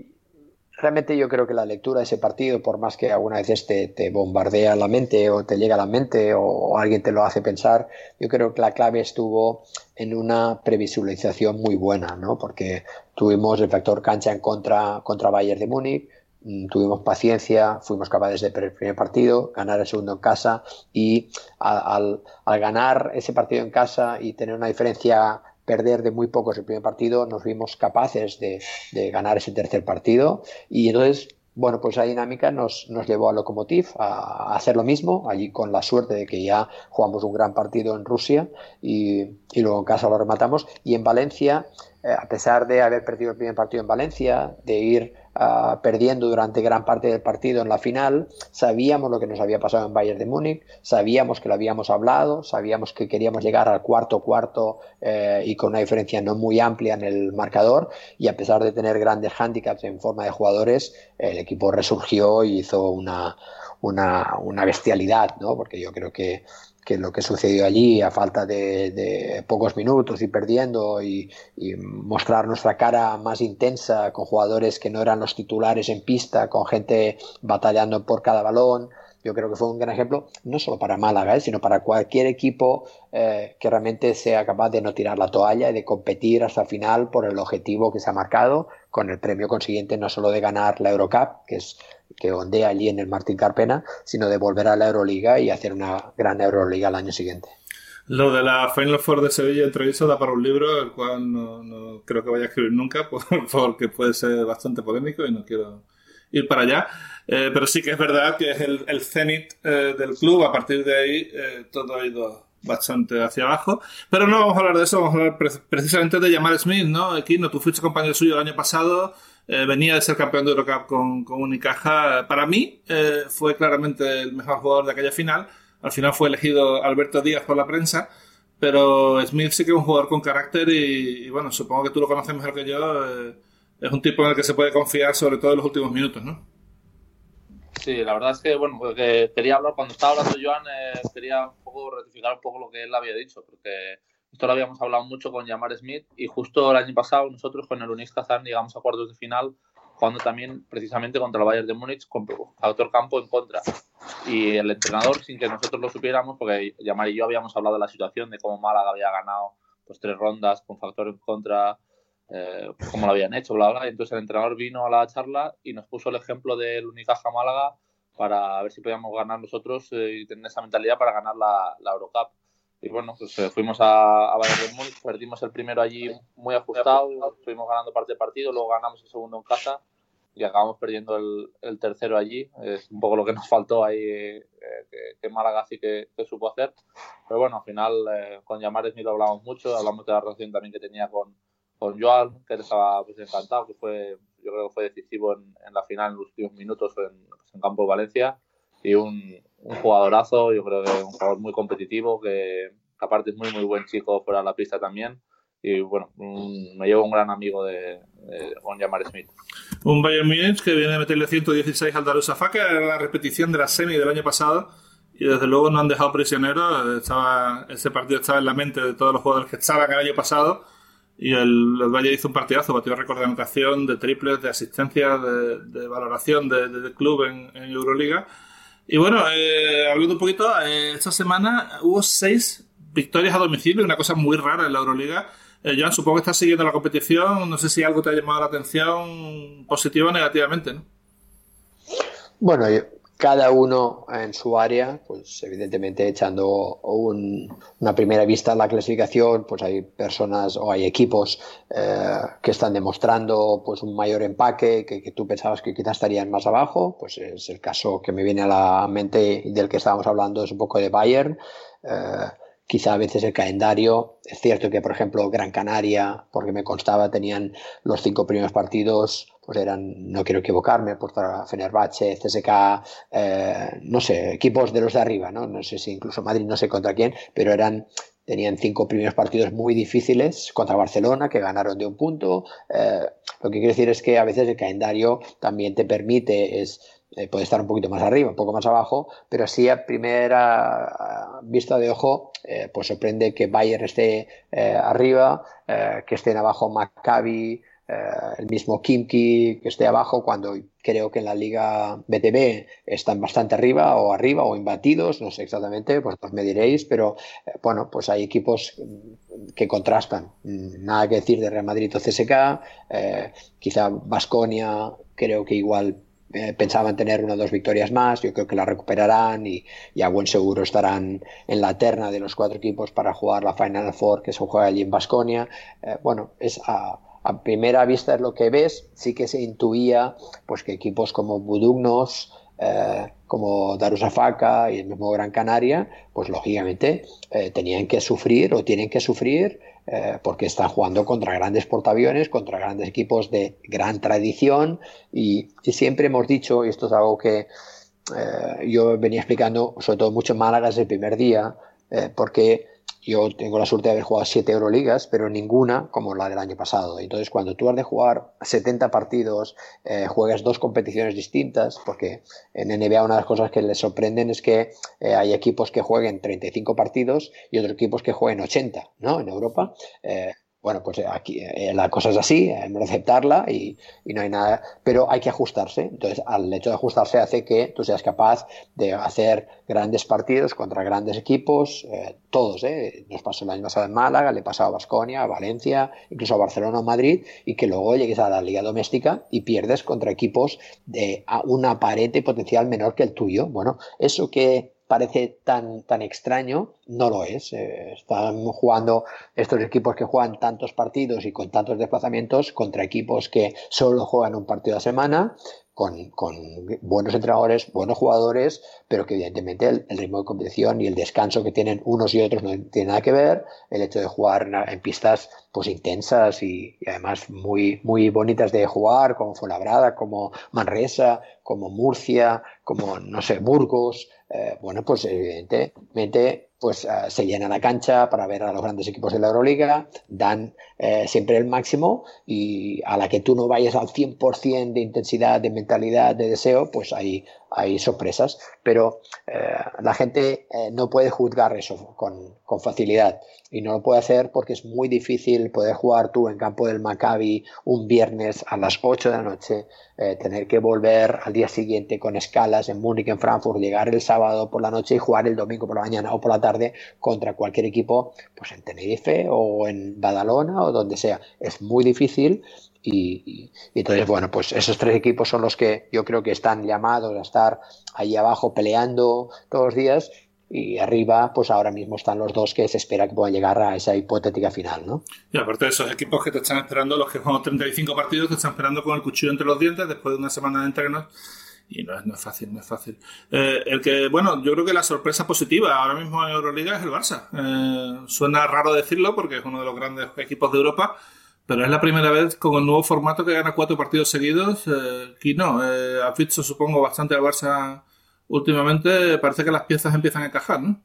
realmente yo creo que la lectura de ese partido, por más que algunas veces te, te bombardea la mente o te llega a la mente o, o alguien te lo hace pensar, yo creo que la clave estuvo en una previsualización muy buena, ¿no? Porque tuvimos el factor cancha en contra contra Bayern de Múnich, tuvimos paciencia, fuimos capaces de perder el primer partido, ganar el segundo en casa, y al, al ganar ese partido en casa y tener una diferencia, perder de muy pocos el primer partido, nos vimos capaces de, de ganar ese tercer partido, y entonces, bueno, pues esa dinámica nos, nos llevó a Lokomotiv a, a hacer lo mismo, allí con la suerte de que ya jugamos un gran partido en Rusia y, y luego en casa lo rematamos, y en Valencia, eh, a pesar de haber perdido el primer partido en Valencia, de ir uh, perdiendo durante gran parte del partido en la final, sabíamos lo que nos había pasado en Bayern de Múnich, sabíamos que lo habíamos hablado, sabíamos que queríamos llegar al cuarto cuarto eh, y con una diferencia no muy amplia en el marcador, y a pesar de tener grandes hándicaps en forma de jugadores, el equipo resurgió y hizo una, una, una bestialidad, ¿no? Porque yo creo que que lo que sucedió allí, a falta de, de pocos minutos y perdiendo, y, y mostrar nuestra cara más intensa con jugadores que no eran los titulares en pista, con gente batallando por cada balón, yo creo que fue un gran ejemplo, no solo para Málaga, ¿eh? sino para cualquier equipo eh, que realmente sea capaz de no tirar la toalla y de competir hasta el final por el objetivo que se ha marcado, con el premio consiguiente no solo de ganar la Eurocup, que es que ondea allí en el Martín Carpena, sino de volver a la Euroliga y hacer una gran Euroliga el año siguiente. Lo de la Final Four de Sevilla entre eso da para un libro, el cual no, no creo que vaya a escribir nunca, porque puede ser bastante polémico y no quiero ir para allá. Eh, pero sí que es verdad que es el, el cenit eh, del club. A partir de ahí eh, todo ha ido bastante hacia abajo. Pero no vamos a hablar de eso, vamos a hablar pre- precisamente de Jamal Smith, ¿no? Kino, tú fuiste compañero suyo el año pasado, eh, venía de ser campeón de Eurocup con, con Unicaja. Para mí eh, fue claramente el mejor jugador de aquella final. Al final fue elegido Alberto Díaz por la prensa, pero Smith sí que es un jugador con carácter y, y bueno, supongo que tú lo conoces mejor que yo. Eh, es un tipo en el que se puede confiar, sobre todo en los últimos minutos, ¿no? Sí, la verdad es que, bueno, porque quería hablar, cuando estaba hablando Joan, eh, quería un poco rectificar un poco lo que él había dicho, porque esto lo habíamos hablado mucho con Jamar Smith y justo el año pasado nosotros con el Unics Kazán llegamos a cuartos de final jugando también precisamente contra el Bayern de Múnich con factor campo en contra. Y el entrenador, sin que nosotros lo supiéramos, porque Jamar y yo habíamos hablado de la situación, de cómo Málaga había ganado pues tres rondas con factor en contra, eh, pues cómo lo habían hecho, bla, bla. Y entonces el entrenador vino a la charla y nos puso el ejemplo del Unicaja Málaga para ver si podíamos ganar nosotros eh, y tener esa mentalidad para ganar la, la Eurocup. Y bueno, pues eh, fuimos a, a Bayern de Múnich, perdimos el primero allí muy ajustado, estuvimos ganando parte de partido, luego ganamos el segundo en casa y acabamos perdiendo el, el tercero allí. Es un poco lo que nos faltó ahí, eh, que, que Málaga sí que, que supo hacer. Pero bueno, al final eh, con Jamar Smith lo hablamos mucho, hablamos de la relación también que tenía con, con Joan, que él estaba pues, encantado, que fue, yo creo que fue decisivo en, en la final en los últimos minutos en, pues, en Campo de Valencia. Y un, un jugadorazo, yo creo que un jugador muy competitivo, que, que aparte es muy muy buen chico fuera de la pista también. Y bueno, un, me llevo un gran amigo de, de con Jamar Smith. Un Bayern Múnich que viene a meterle ciento dieciséis al Darusafaka, era la repetición de la semi del año pasado y desde luego no han dejado prisioneros. Estaba, ese partido estaba en la mente de todos los jugadores que estaban el año pasado y el, el Bayern hizo un partidazo, batió récord de anotación, de triples, de asistencia, de, de valoración de, de, de club en, en Euroliga. Y bueno, eh, hablando un poquito, eh, esta semana hubo seis victorias a domicilio, una cosa muy rara en la Euroliga. Eh, Joan, supongo que estás siguiendo la competición, no sé si algo te ha llamado la atención positiva o negativamente, ¿no? Bueno, yo, cada uno en su área, pues evidentemente echando un, una primera vista a la clasificación, pues hay personas o hay equipos eh, que están demostrando pues un mayor empaque, que, que tú pensabas que quizás estarían más abajo, pues es el caso que me viene a la mente y del que estábamos hablando, es un poco de Bayern. Eh, Quizá a veces el calendario, es cierto que por ejemplo Gran Canaria, porque me constaba, tenían los cinco primeros partidos, pues eran, no quiero equivocarme, pues para Fenerbahce, C S K, eh, no sé, equipos de los de arriba, ¿no? No sé si incluso Madrid, no sé contra quién, pero eran, tenían cinco primeros partidos muy difíciles contra Barcelona, que ganaron de un punto. Eh, lo que quiero decir es que a veces el calendario también te permite, es Eh, puede estar un poquito más arriba, un poco más abajo, pero sí a primera vista de ojo, eh, pues sorprende que Bayern esté eh, arriba, eh, que estén abajo Maccabi, eh, el mismo Khimki que esté abajo, cuando creo que en la Liga B T B están bastante arriba o arriba o imbatidos, no sé exactamente, pues, pues me diréis, pero eh, bueno, pues hay equipos que contrastan. Nada que decir de Real Madrid o C S K, eh, quizá Baskonia, creo que igual Eh, pensaban tener una o dos victorias más, yo creo que la recuperarán y, y a buen seguro estarán en la terna de los cuatro equipos para jugar la Final Four que se juega allí en Baskonia. Eh, bueno, es a, a primera vista es lo que ves, sí que se intuía pues que equipos como Budugnos, eh, como Darusafaka y el mismo Gran Canaria, pues lógicamente eh, tenían que sufrir o tienen que sufrir eh, porque están jugando contra grandes portaaviones, contra grandes equipos de gran tradición y, y siempre hemos dicho, y esto es algo que eh, yo venía explicando sobre todo mucho en Málaga desde el primer día, eh, porque yo tengo la suerte de haber jugado siete Euroligas, pero ninguna como la del año pasado. Entonces, cuando tú has de jugar setenta partidos, eh, juegas dos competiciones distintas, porque en N B A una de las cosas que les sorprenden es que eh, hay equipos que jueguen treinta y cinco partidos y otros equipos que jueguen ochenta, ¿no? En Europa. Eh, Bueno, pues aquí eh, la cosa es así, hemos de aceptarla y, y no hay nada, pero hay que ajustarse. Entonces, al hecho de ajustarse hace que tú seas capaz de hacer grandes partidos contra grandes equipos, eh, todos, ¿eh? Nos pasó el año pasado en Málaga, le pasó a Baskonia, a Valencia, incluso a Barcelona o Madrid, y que luego llegues a la liga doméstica y pierdes contra equipos de un aparente potencial menor que el tuyo. Bueno, eso que parece tan, tan extraño, no lo es. Eh, están jugando estos equipos que juegan tantos partidos y con tantos desplazamientos contra equipos que solo juegan un partido a semana, con, con buenos entrenadores, buenos jugadores, pero que evidentemente el, el ritmo de competición y el descanso que tienen unos y otros no tiene nada que ver. El hecho de jugar en, en pistas pues intensas y, y además muy, muy bonitas de jugar, como Fuenlabrada, como Manresa, como Murcia, como, no sé, Burgos. Eh, bueno, pues evidentemente pues uh, se llena la cancha para ver a los grandes equipos de la Euroliga, dan eh, siempre el máximo, y a la que tú no vayas al cien por ciento de intensidad, de mentalidad, de deseo, pues hay, hay sorpresas. Pero eh, la gente eh, no puede juzgar eso con, con facilidad, y no lo puede hacer porque es muy difícil poder jugar tú en campo del Maccabi un viernes a las ocho de la noche, eh, tener que volver al día siguiente con escalas en Múnich, en Frankfurt, llegar el sábado por la noche y jugar el domingo por la mañana o por la tarde contra cualquier equipo, pues en Tenerife o en Badalona o donde sea. Es muy difícil. Y, y, y entonces, bueno, pues esos tres equipos son los que yo creo que están llamados a estar ahí abajo peleando todos los días, y arriba pues ahora mismo están los dos que se espera que puedan llegar a esa hipotética final, ¿no? Y aparte de esos equipos que te están esperando, los que juegan treinta y cinco partidos, te están esperando con el cuchillo entre los dientes después de una semana de entrenos, y no es, no es fácil, no es fácil. Eh, el que, bueno, yo creo que la sorpresa positiva ahora mismo en Euroliga es el Barça. Eh, suena raro decirlo porque es uno de los grandes equipos de Europa, pero es la primera vez con el nuevo formato que gana cuatro partidos seguidos. Eh, y no, eh, has visto, supongo, bastante al Barça últimamente. Parece que las piezas empiezan a encajar, ¿no?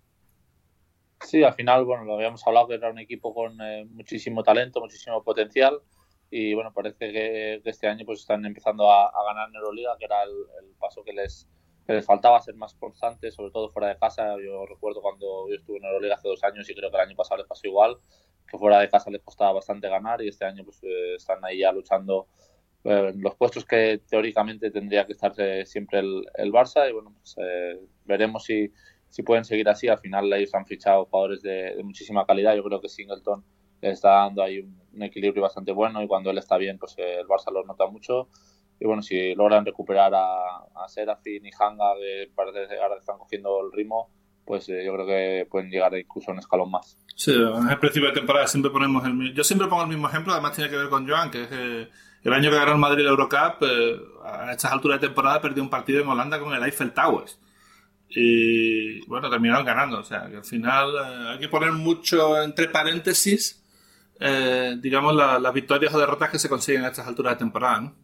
Sí, al final, bueno, lo habíamos hablado, que era un equipo con eh, muchísimo talento, muchísimo potencial, y bueno, parece que, que este año pues están empezando a, a ganar en Euroliga, que era el, el paso que les, que les faltaba, ser más constantes, sobre todo fuera de casa. Yo recuerdo cuando yo estuve en Euroliga hace dos años, y creo que el año pasado les pasó igual, que fuera de casa les costaba bastante ganar, y este año pues eh, están ahí ya luchando eh, en los puestos que teóricamente tendría que estar eh, siempre el, el Barça, y bueno, pues eh, veremos si, si pueden seguir así. Al final ellos han fichado jugadores de, de muchísima calidad. Yo creo que Singleton les está dando ahí un, un equilibrio bastante bueno, y cuando él está bien, pues eh, el Barça lo nota mucho. Y bueno, si logran recuperar a, a Serafin y Hanga, que parece que ahora están cogiendo el ritmo, pues eh, yo creo que pueden llegar incluso a un escalón más. Sí, en el principio de temporada siempre ponemos el yo siempre pongo el mismo ejemplo, además tiene que ver con Joan, que es eh, el año que ganó el Madrid la Eurocup, eh, a estas alturas de temporada perdió un partido en Holanda con el Eiffel Towers, y bueno, terminaron ganando. O sea, que al final eh, hay que poner mucho entre paréntesis, eh, digamos, la, las victorias o derrotas que se consiguen a estas alturas de temporada, ¿no?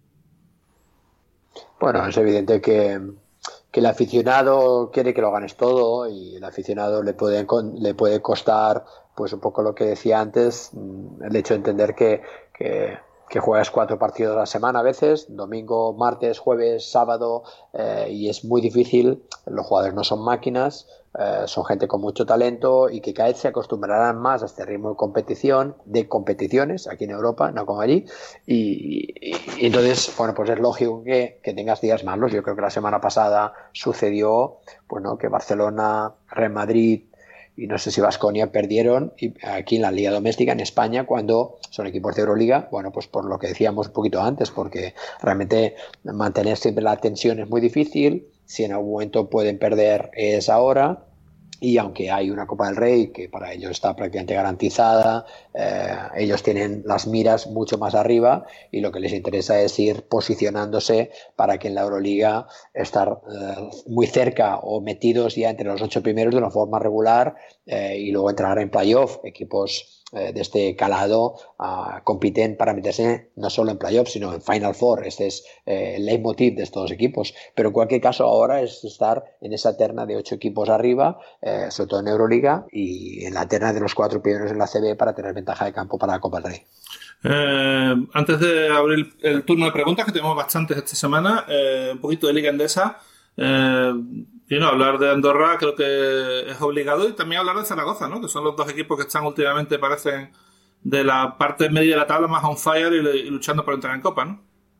Bueno, es evidente que que el aficionado quiere que lo ganes todo, y el aficionado le puede, le puede costar, pues un poco lo que decía antes, el hecho de entender que, que, que juegas cuatro partidos a la semana a veces, domingo, martes, jueves, sábado, eh, y es muy difícil. Los jugadores no son máquinas, eh, son gente con mucho talento, y que cada vez se acostumbrarán más a este ritmo de competición, de competiciones aquí en Europa, no como allí, y, y, y entonces, bueno, pues es lógico que, que tengas días malos. Yo creo que la semana pasada sucedió, bueno, que Barcelona, Real Madrid y no sé si Baskonia perdieron, y aquí en la Liga Doméstica en España, cuando son equipos de Euroliga, bueno, pues por lo que decíamos un poquito antes, porque realmente mantener siempre la tensión es muy difícil. Si en algún momento pueden perder, es ahora. Y aunque hay una Copa del Rey que para ellos está prácticamente garantizada, eh, ellos tienen las miras mucho más arriba, y lo que les interesa es ir posicionándose para que en la Euroliga estar eh, muy cerca o metidos ya entre los ocho primeros de una forma regular, eh, y luego entrar en playoff. Equipos eh, de este calado uh, compiten para meterse no solo en playoff, sino en Final Four. Este es eh, el leitmotiv de estos equipos. Pero en cualquier caso ahora es estar en esa terna de ocho equipos arriba, eh, sobre todo en Euroliga, y en la terna de los cuatro primeros en la C B para tener ventaja de campo para la Copa del Rey. Eh, antes de abrir el turno de preguntas, que tenemos bastantes esta semana, eh, un poquito de Liga Endesa. Eh, y no, hablar de Andorra creo que es obligado, y también hablar de Zaragoza, ¿no? Que son los dos equipos que están últimamente, parecen, de la parte media de la tabla más on fire y, y luchando por entrar en Copa, ¿no?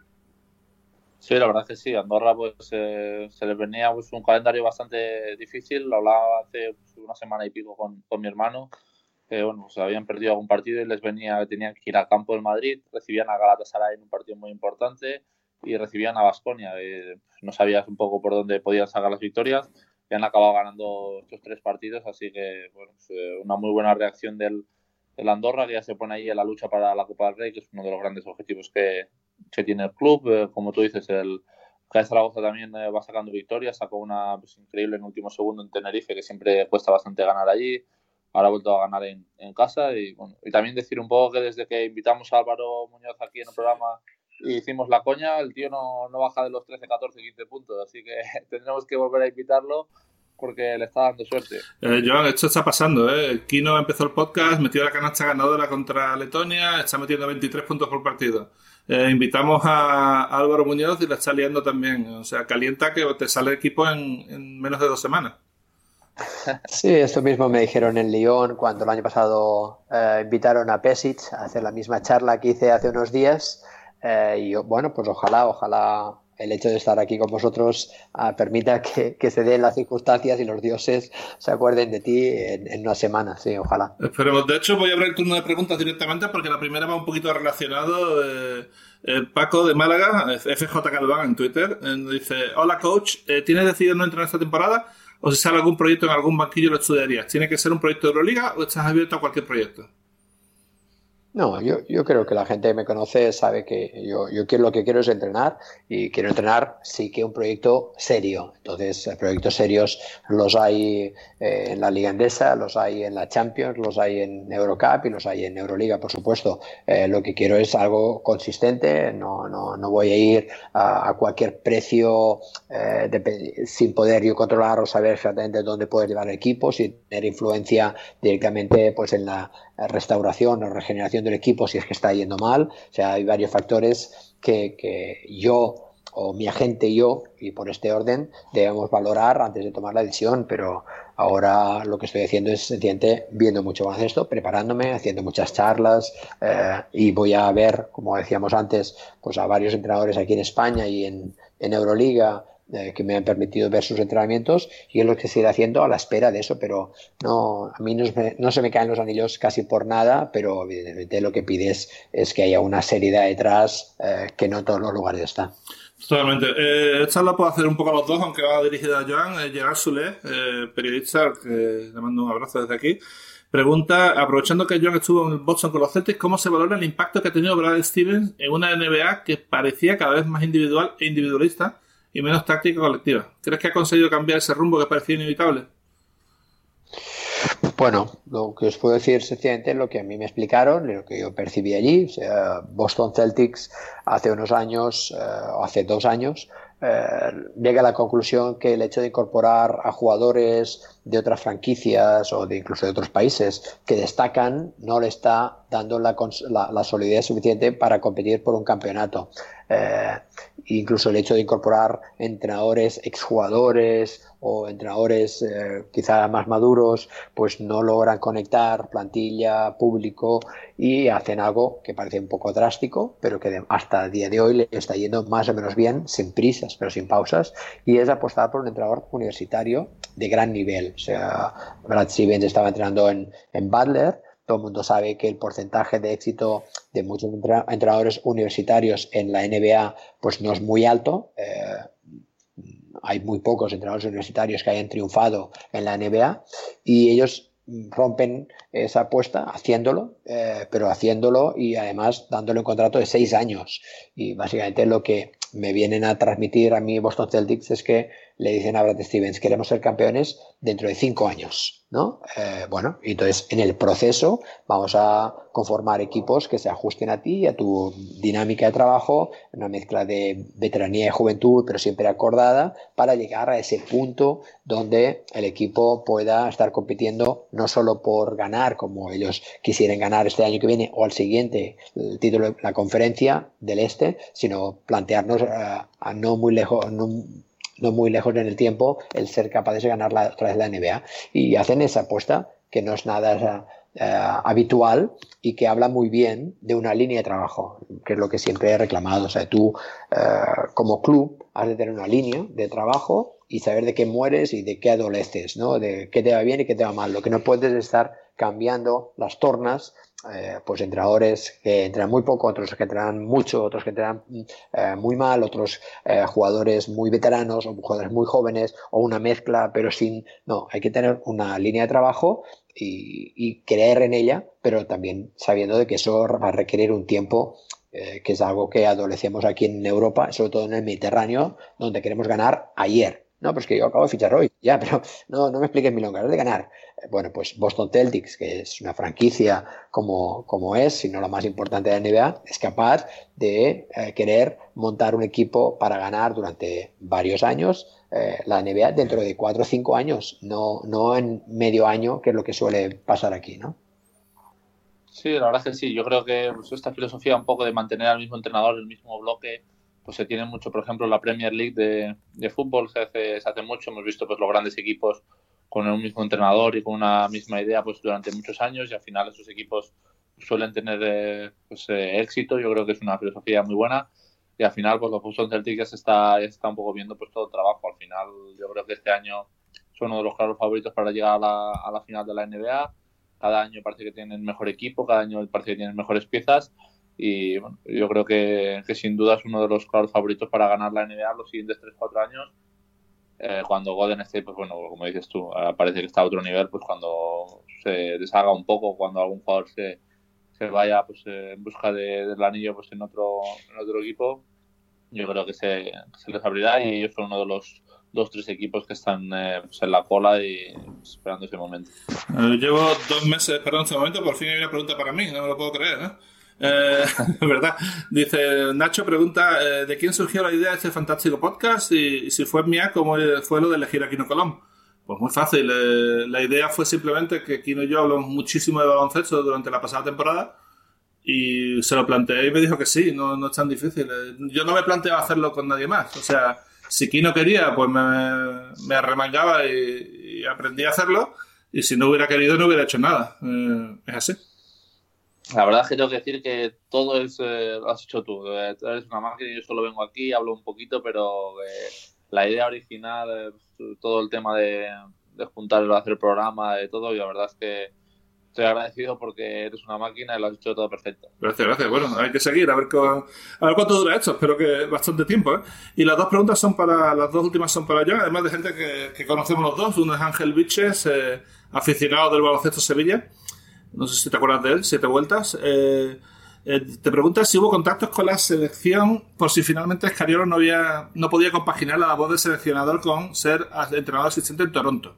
Sí, la verdad es que sí. Andorra pues eh, se les venía pues, un calendario bastante difícil. Lo hablaba hace pues, una semana y pico con, con mi hermano, que bueno, pues habían perdido algún partido y les venía, tenían que ir al campo del Madrid, recibían a Galatasaray en un partido muy importante y recibían a Baskonia. Eh, no sabías un poco por dónde podían sacar las victorias, y han acabado ganando estos tres partidos, así que bueno, pues, eh, una muy buena reacción del, del Andorra, que ya se pone ahí en la lucha para la Copa del Rey, que es uno de los grandes objetivos que, que tiene el club. Eh, como tú dices, el C A E Zaragoza también eh, va sacando victorias, sacó una pues, increíble en último segundo en Tenerife, que siempre cuesta bastante ganar allí. Ahora ha vuelto a ganar en, en casa, y bueno, y también decir un poco que desde que invitamos a Álvaro Muñoz aquí en el programa y hicimos la coña, el tío no, no baja de los trece, catorce, quince puntos, así que tendremos que volver a invitarlo, porque le está dando suerte. Eh, Joan, esto está pasando, ¿eh? Kino empezó el podcast, metió la canasta ganadora contra Letonia, está metiendo veintitrés puntos por partido. Eh, invitamos a, a Álvaro Muñoz y la está liando también. O sea, calienta que te sale equipo en, en menos de dos semanas. Sí, esto mismo me dijeron en Lyon cuando el año pasado eh, invitaron a Pesic a hacer la misma charla que hice hace unos días. Eh, y bueno, pues ojalá, ojalá el hecho de estar aquí con vosotros uh, permita que, que se den las circunstancias y los dioses se acuerden de ti en, en una semana, sí, ojalá. Esperemos. De hecho, voy a abrir el turno de preguntas directamente porque la primera va un poquito relacionado. Eh, eh, Paco de Málaga, F J Calván en Twitter, eh, dice: hola coach, eh, ¿tienes decidido no entrenar esta temporada? O si sale algún proyecto en algún banquillo lo estudiarías. ¿Tiene que ser un proyecto de Euroliga o estás abierto a cualquier proyecto? No, yo, yo creo que la gente que me conoce sabe que yo, yo quiero, lo que quiero es entrenar y quiero entrenar sí que un proyecto serio. Entonces, proyectos serios los hay eh, en la Liga Endesa, los hay en la Champions, los hay en Eurocup y los hay en Euroliga, por supuesto. Eh, lo que quiero es algo consistente, no, no, no voy a ir a, a cualquier precio eh, de, sin poder yo controlar o saber exactamente dónde poder llevar el equipo, sin tener influencia directamente pues en la restauración o regeneración del equipo si es que está yendo mal. O sea, hay varios factores que, que yo o mi agente y yo, y por este orden, debemos valorar antes de tomar la decisión, pero ahora lo que estoy haciendo es sencillamente viendo mucho más esto, preparándome, haciendo muchas charlas eh, y voy a ver, como decíamos antes, pues a varios entrenadores aquí en España y en, en Euroliga Eh, que me han permitido ver sus entrenamientos y es lo que estoy haciendo a la espera de eso, pero no, a mí no, me, no se me caen los anillos casi por nada, pero evidentemente lo que pides es que haya una seriedad detrás eh, que no en todos los lugares está. Totalmente. Eh, esta la puedo hacer un poco a los dos, aunque va dirigida a Joan. Eh, Gerard Soler, eh, periodista, que le mando un abrazo desde aquí. Pregunta, aprovechando que Joan estuvo en Boston con los Celtics, ¿cómo se valora el impacto que ha tenido Brad Stevens en una N B A que parecía cada vez más individual e individualista y menos táctica colectiva? ¿Crees que ha conseguido cambiar ese rumbo que parecía inevitable? Bueno, lo que os puedo decir sencillamente es lo que a mí me explicaron, lo que yo percibí allí. O sea, Boston Celtics hace unos años, eh, hace dos años, eh, llega a la conclusión que el hecho de incorporar a jugadores de otras franquicias o de incluso de otros países que destacan no le está dando la, la, la solidez suficiente para competir por un campeonato. Eh, incluso el hecho de incorporar entrenadores, exjugadores o entrenadores eh, quizá más maduros, pues no logran conectar plantilla, público y hacen algo que parece un poco drástico, pero que de, hasta el día de hoy le está yendo más o menos bien, sin prisas, pero sin pausas, y es apostar por un entrenador universitario de gran nivel. O sea, Brad Stevens estaba entrenando en, en Butler. Todo el mundo sabe que el porcentaje de éxito de muchos entrenadores universitarios en la N B A pues no es muy alto. Eh, hay muy pocos entrenadores universitarios que hayan triunfado en la N B A y ellos rompen esa apuesta haciéndolo, eh, pero haciéndolo y además dándole un contrato de seis años. Y básicamente lo que me vienen a transmitir a mí Boston Celtics es que le dicen a Brad Stevens: queremos ser campeones dentro de cinco años, ¿no? Eh, bueno, y entonces en el proceso vamos a conformar equipos que se ajusten a ti, a tu dinámica de trabajo, una mezcla de veteranía y juventud, pero siempre acordada, para llegar a ese punto donde el equipo pueda estar compitiendo no solo por ganar, como ellos quisieran ganar este año que viene o al siguiente, el título de la conferencia del Este, sino plantearnos uh, a no muy lejos, no, no muy lejos en el tiempo, el ser capaces de ganar la, otra vez la N B A. Y hacen esa apuesta que no es nada uh, habitual y que habla muy bien de una línea de trabajo, que es lo que siempre he reclamado. O sea, tú uh, como club has de tener una línea de trabajo y saber de qué mueres y de qué adoleces, ¿no? De qué te va bien y qué te va mal. Lo que no puedes es estar cambiando las tornas, eh, pues entrenadores que entrenan muy poco, otros que entrenan mucho, otros que entrenan eh, muy mal, otros eh, jugadores muy veteranos o jugadores muy jóvenes o una mezcla, pero sin... No, hay que tener una línea de trabajo y, y creer en ella, pero también sabiendo de que eso va a requerir un tiempo, eh, que es algo que adolecemos aquí en Europa, sobre todo en el Mediterráneo, donde queremos ganar ayer. No, pues que yo acabo de fichar hoy. Ya, pero no, no me expliques milongas, es de ganar. Eh, Bueno, pues Boston Celtics, que es una franquicia como, como es, si no la más importante de la N B A, es capaz de eh, querer montar un equipo para ganar durante varios años eh, la N B A dentro de cuatro o cinco años, no, no en medio año, que es lo que suele pasar aquí, ¿no? Sí, la verdad es que sí. Yo creo que pues, esta filosofía un poco de mantener al mismo entrenador, el mismo bloque, pues se tiene mucho, por ejemplo, en la Premier League de, de fútbol se hace, se hace mucho. Hemos visto pues los grandes equipos con un mismo entrenador y con una misma idea pues durante muchos años y al final esos equipos suelen tener eh, pues, eh, éxito. Yo creo que es una filosofía muy buena y al final pues los Boston Celtics ya se está, ya se está un poco viendo pues todo el trabajo. Al final yo creo que este año son uno de los claros favoritos para llegar a la, a la final de la N B A. Cada año parece que tienen mejor equipo, cada año parece que tienen mejores piezas y bueno, yo creo que, que sin duda es uno de los claros favoritos para ganar la N B A los siguientes tres cuatro años. Eh, cuando Golden State, pues bueno, como dices tú, eh, parece que está a otro nivel, pues cuando se deshaga un poco, cuando algún jugador se, se vaya pues eh, en busca de, del anillo pues en otro, en otro equipo, yo creo que se, se les abrirá y ellos son uno de los dos tres equipos que están eh, pues en la cola y pues, esperando ese momento. Eh, llevo dos meses esperando ese momento, por fin hay una pregunta para mí, no me lo puedo creer, ¿eh? Eh, verdad. Dice Nacho, pregunta eh, ¿de quién surgió la idea de este fantástico podcast? Y, y si fue mía, ¿cómo fue lo de elegir a Kino Colom? Pues muy fácil, eh, la idea fue simplemente que Kino y yo hablamos muchísimo de baloncesto durante la pasada temporada y se lo planteé y me dijo que sí, no, no es tan difícil. Yo no me planteaba hacerlo con nadie más, o sea, si Kino quería, pues me, me arremangaba y, y aprendí a hacerlo, y si no hubiera querido no hubiera hecho nada. Eh, es así. La verdad es que tengo que decir que todo es, eh, lo has hecho tú. Eh, tú eres una máquina y yo solo vengo aquí, hablo un poquito, pero eh, la idea original, eh, todo el tema de, de juntar, hacer el programa, de todo, y la verdad es que estoy agradecido porque eres una máquina y lo has hecho todo perfecto. Gracias, gracias. Bueno, hay que seguir, a ver, con, a ver cuánto dura esto. Espero que bastante tiempo, ¿eh? Y las dos preguntas son para, las dos últimas son para yo, además de gente que, que conocemos los dos. Uno es Ángel Viches, eh, aficionado del baloncesto Sevilla. No sé si te acuerdas de él, siete vueltas. Eh, eh, te pregunta si hubo contactos con la selección por si finalmente Scariolo no había, no podía compaginar la labor de seleccionador con ser entrenador asistente en Toronto.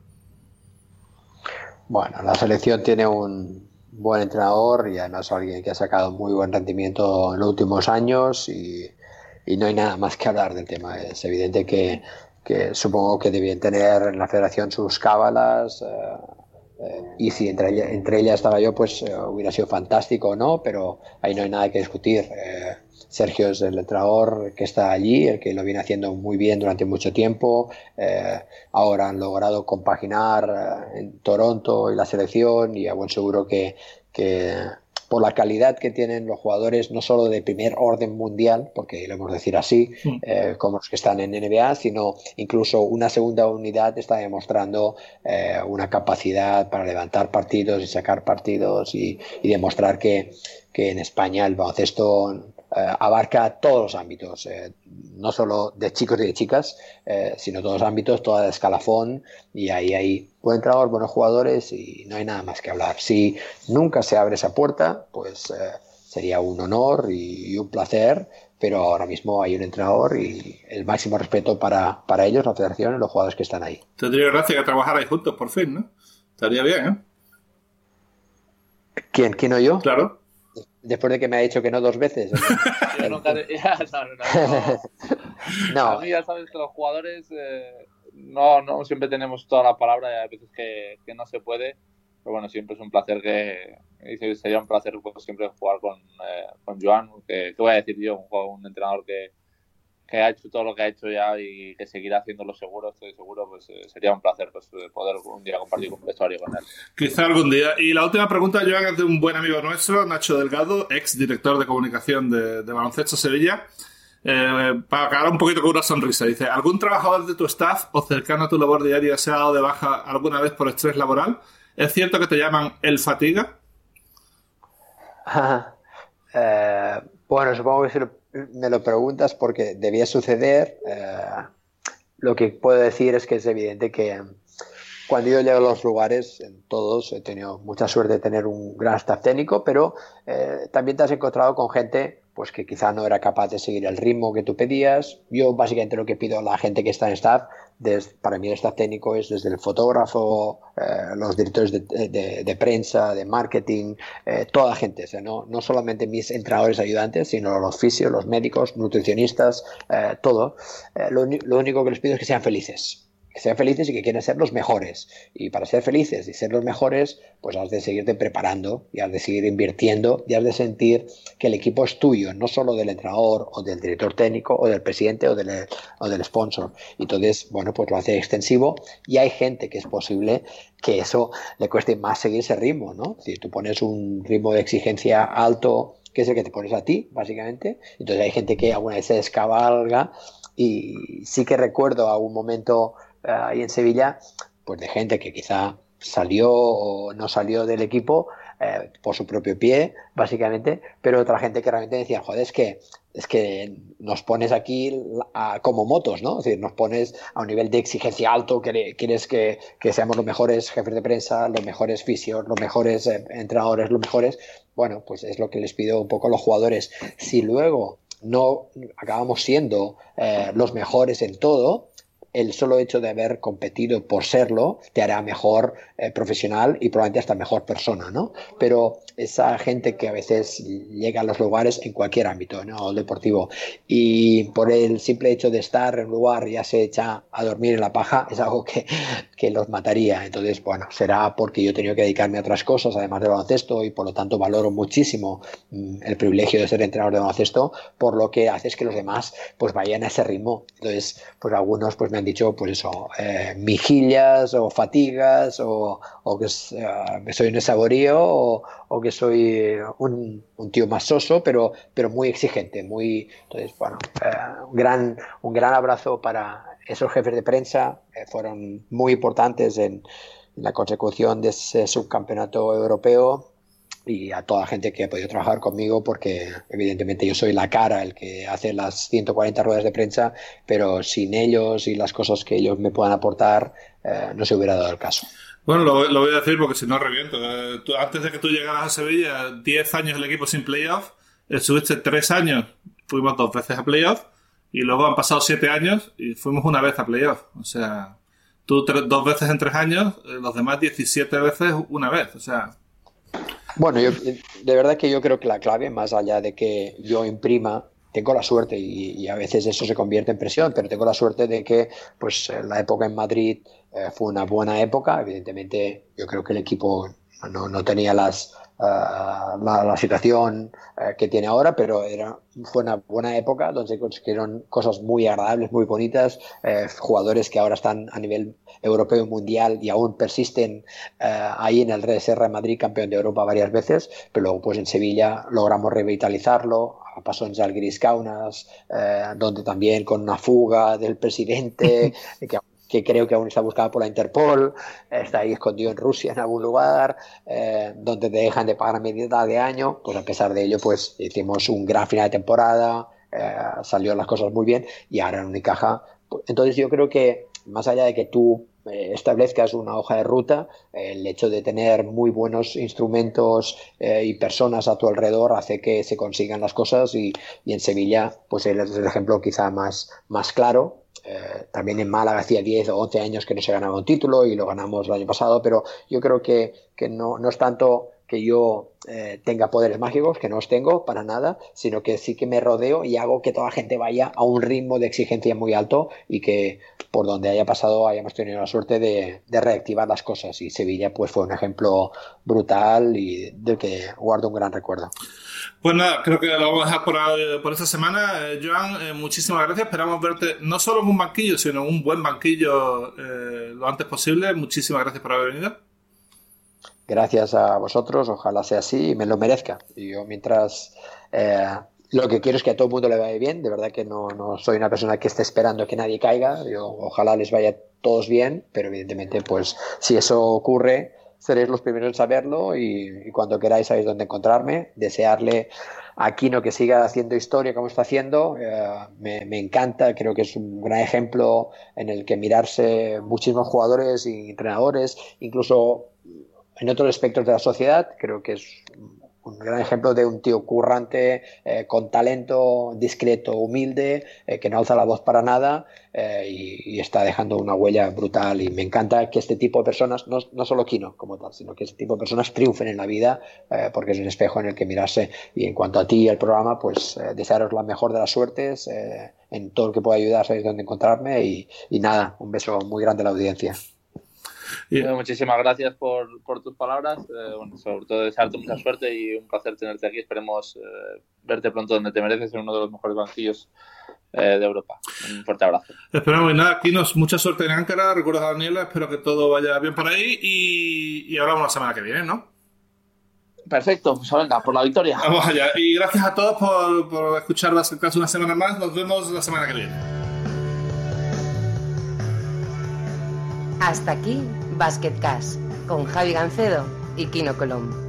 Bueno, la selección tiene un buen entrenador y además alguien que ha sacado muy buen rendimiento en los últimos años y, y no hay nada más que hablar del tema. Es evidente que, que supongo que debían tener en la federación sus cábalas. Eh, Eh, y si entre ella, entre ellas estaba yo, pues eh, hubiera sido fantástico o no, pero ahí no hay nada que discutir. Eh, Sergio es el entrenador que está allí, el que lo viene haciendo muy bien durante mucho tiempo. Eh, ahora han logrado compaginar eh, en Toronto y la selección y a buen seguro que, que por la calidad que tienen los jugadores, no solo de primer orden mundial, porque lo hemos de decir así, sí. eh, como los que están en N B A, sino incluso una segunda unidad está demostrando eh, una capacidad para levantar partidos y sacar partidos y, y demostrar que, que en España el baloncesto eh, abarca todos los ámbitos, eh, no solo de chicos y de chicas, eh, sino todos los ámbitos, todo el escalafón, y ahí hay buen entrenador, buenos jugadores y no hay nada más que hablar. Si nunca se abre esa puerta, pues eh, sería un honor y, y un placer, pero ahora mismo hay un entrenador y el máximo respeto para, para ellos, la federación y los jugadores que están ahí. Tendría gracia que trabajarais juntos por fin, ¿no? Estaría bien, ¿eh? ¿Quién? ¿Quién o yo? Claro. Después de que me ha dicho que no dos veces. Yo nunca, ya, no, no, no. No. A mí ya sabes que los jugadores eh, no, no siempre tenemos toda la palabra y hay veces que, que no se puede. Pero bueno, siempre es un placer que... Sería un placer pues, siempre jugar con, eh, con Joan. Que, ¿Qué voy a decir yo? Un, un entrenador que, que ha hecho todo lo que ha hecho ya y que seguirá haciéndolo seguro, estoy seguro, pues eh, sería un placer pues, poder un día compartir un vestuario con él. Quizá algún día. Y la última pregunta, Joan, es de un buen amigo nuestro, Nacho Delgado, ex director de comunicación de, de Baloncesto Sevilla. Eh, para acabar un poquito con una sonrisa, dice: ¿algún trabajador de tu staff o cercano a tu labor diaria se ha dado de baja alguna vez por estrés laboral? ¿Es cierto que te llaman el fatiga? eh, bueno, supongo que si lo, me lo preguntas porque debía suceder. Eh, lo que puedo decir es que es evidente que cuando yo llego a los lugares, en todos he tenido mucha suerte de tener un gran staff técnico, pero eh, también te has encontrado con gente pues que quizá no era capaz de seguir el ritmo que tú pedías. Yo básicamente lo que pido a la gente que está en staff, desde, para mí el staff técnico es desde el fotógrafo, eh, los directores de, de, de prensa, de marketing, eh, toda la gente, o sea, no, no solamente mis entrenadores ayudantes, sino los fisios, los médicos, nutricionistas, eh, todo. Eh, lo, lo único que les pido es que sean felices. Que sean felices y que quieren ser los mejores. Y para ser felices y ser los mejores, pues has de seguirte preparando y has de seguir invirtiendo y has de sentir que el equipo es tuyo, no solo del entrenador o del director técnico o del presidente o del, o del sponsor. Y entonces, bueno, pues lo hace extensivo y hay gente que es posible que eso le cueste más seguir ese ritmo, ¿no? Si tú pones un ritmo de exigencia alto, que es el que te pones a ti, básicamente, entonces hay gente que alguna vez se descabalga y sí que recuerdo algún momento ahí en Sevilla, pues de gente que quizá salió o no salió del equipo eh, por su propio pie, básicamente, pero otra gente que realmente decía, joder, es que, es que nos pones aquí a, como motos, ¿no? Es decir, nos pones a un nivel de exigencia alto, que quieres que, que seamos los mejores jefes de prensa, los mejores fisios, los mejores eh, entrenadores, los mejores. Bueno, pues es lo que les pido un poco a los jugadores. Si luego no acabamos siendo eh, los mejores en todo, el solo hecho de haber competido por serlo te hará mejor eh, profesional y probablemente hasta mejor persona, ¿no? Pero esa gente que a veces llega a los lugares en cualquier ámbito, ¿no? Deportivo, y por el simple hecho de estar en un lugar ya se echa a dormir en la paja, es algo que, que los mataría. Entonces, bueno, será porque yo he tenido que dedicarme a otras cosas además del baloncesto y por lo tanto valoro muchísimo mmm, el privilegio de ser entrenador de baloncesto, por lo que hace es que los demás pues vayan a ese ritmo. Entonces, pues algunos pues me han dicho, pues eso, eh, vigilias o fatigas o, o que, uh, que soy un saborío o, o que soy un, un tío más soso, pero, pero muy exigente, muy... Entonces, bueno, eh, un, gran, un gran abrazo para esos jefes de prensa, eh, fueron muy importantes en, en la consecución de ese subcampeonato europeo, y a toda la gente que ha podido trabajar conmigo, porque evidentemente yo soy la cara, el que hace las ciento cuarenta ruedas de prensa, pero sin ellos y las cosas que ellos me puedan aportar, eh, no se hubiera dado el caso. Bueno, lo, lo voy a decir porque si no reviento. Eh, tú, antes de que tú llegaras a Sevilla, diez años el equipo sin playoff, estuviste tres años, fuimos dos veces a playoff, y luego han pasado siete años y fuimos una vez a playoff. O sea, tú tres, dos veces en tres años, eh, los demás diecisiete veces una vez. O sea... Bueno, yo, de verdad que yo creo que la clave, más allá de que yo imprima, tengo la suerte y, y a veces eso se convierte en presión, pero tengo la suerte de que pues la época en Madrid eh, fue una buena época. Evidentemente yo creo que el equipo no, no tenía las uh, la, la situación uh, que tiene ahora, pero era, fue una buena época donde se consiguieron cosas muy agradables, muy bonitas, eh, jugadores que ahora están a nivel europeo y mundial y aún persisten uh, ahí en el R S R Madrid, campeón de Europa varias veces, pero luego pues en Sevilla logramos revitalizarlo. Pasó en Žalgiris Kaunas, eh, donde también con una fuga del presidente que, que creo que aún está buscada por la Interpol, está ahí escondido en Rusia en algún lugar, eh, donde te dejan de pagar a mitad de año. Pues a pesar de ello pues hicimos un gran final de temporada, eh, salió las cosas muy bien y ahora en Unicaja. Entonces yo creo que más allá de que tú eh, establezcas una hoja de ruta, eh, el hecho de tener muy buenos instrumentos eh, y personas a tu alrededor hace que se consigan las cosas, y, y en Sevilla pues es el ejemplo quizá más, más claro. Eh, también en Málaga hacía diez o once años que no se ganaba un título y lo ganamos el año pasado, pero yo creo que, que no, no es tanto que yo eh, tenga poderes mágicos, que no los tengo para nada, sino que sí que me rodeo y hago que toda la gente vaya a un ritmo de exigencia muy alto y que por donde haya pasado hayamos tenido la suerte de, de reactivar las cosas. Y Sevilla pues fue un ejemplo brutal y del que guardo un gran recuerdo. Pues nada, creo que lo vamos a dejar por, por esta semana. Eh, Joan, eh, muchísimas gracias. Esperamos verte no solo en un banquillo, sino en un buen banquillo eh, lo antes posible. Muchísimas gracias por haber venido. Gracias a vosotros, ojalá sea así y me lo merezca. Y yo mientras eh, lo que quiero es que a todo el mundo le vaya bien, de verdad que no, no soy una persona que esté esperando que nadie caiga. Yo, ojalá les vaya a todos bien, pero evidentemente pues si eso ocurre seréis los primeros en saberlo y, y cuando queráis sabéis dónde encontrarme. Desearle a Quino que siga haciendo historia como está haciendo, eh, me, me encanta, creo que es un gran ejemplo en el que mirarse muchísimos jugadores y entrenadores, incluso en otros aspectos de la sociedad. Creo que es un gran ejemplo de un tío currante, eh, con talento, discreto, humilde, eh, que no alza la voz para nada, eh, y, y está dejando una huella brutal. Y me encanta que este tipo de personas, no, no solo Kino como tal, sino que este tipo de personas triunfen en la vida, eh, porque es un espejo en el que mirarse. Y en cuanto a ti y al programa, pues eh, desearos la mejor de las suertes, eh, en todo lo que pueda ayudar, sabéis dónde encontrarme, y, y nada, un beso muy grande a la audiencia. Y... Eh, muchísimas gracias por, por tus palabras, eh, bueno, sobre todo desearte mucha suerte y un placer tenerte aquí. Esperemos eh, verte pronto donde te mereces, en uno de los mejores banquillos eh, de Europa. Un fuerte abrazo. Esperamos. Y nada, Kinos, mucha suerte en Ankara. Recuerda a Daniela, espero que todo vaya bien por ahí, y, y hablamos la semana que viene, ¿no? Perfecto, pues venga, por la victoria. Vamos allá. Y gracias a todos por, por escuchar Basket Cast una semana más. Nos vemos la semana que viene. Hasta aquí Basket Cast con Javi Gancedo y Kino Colom.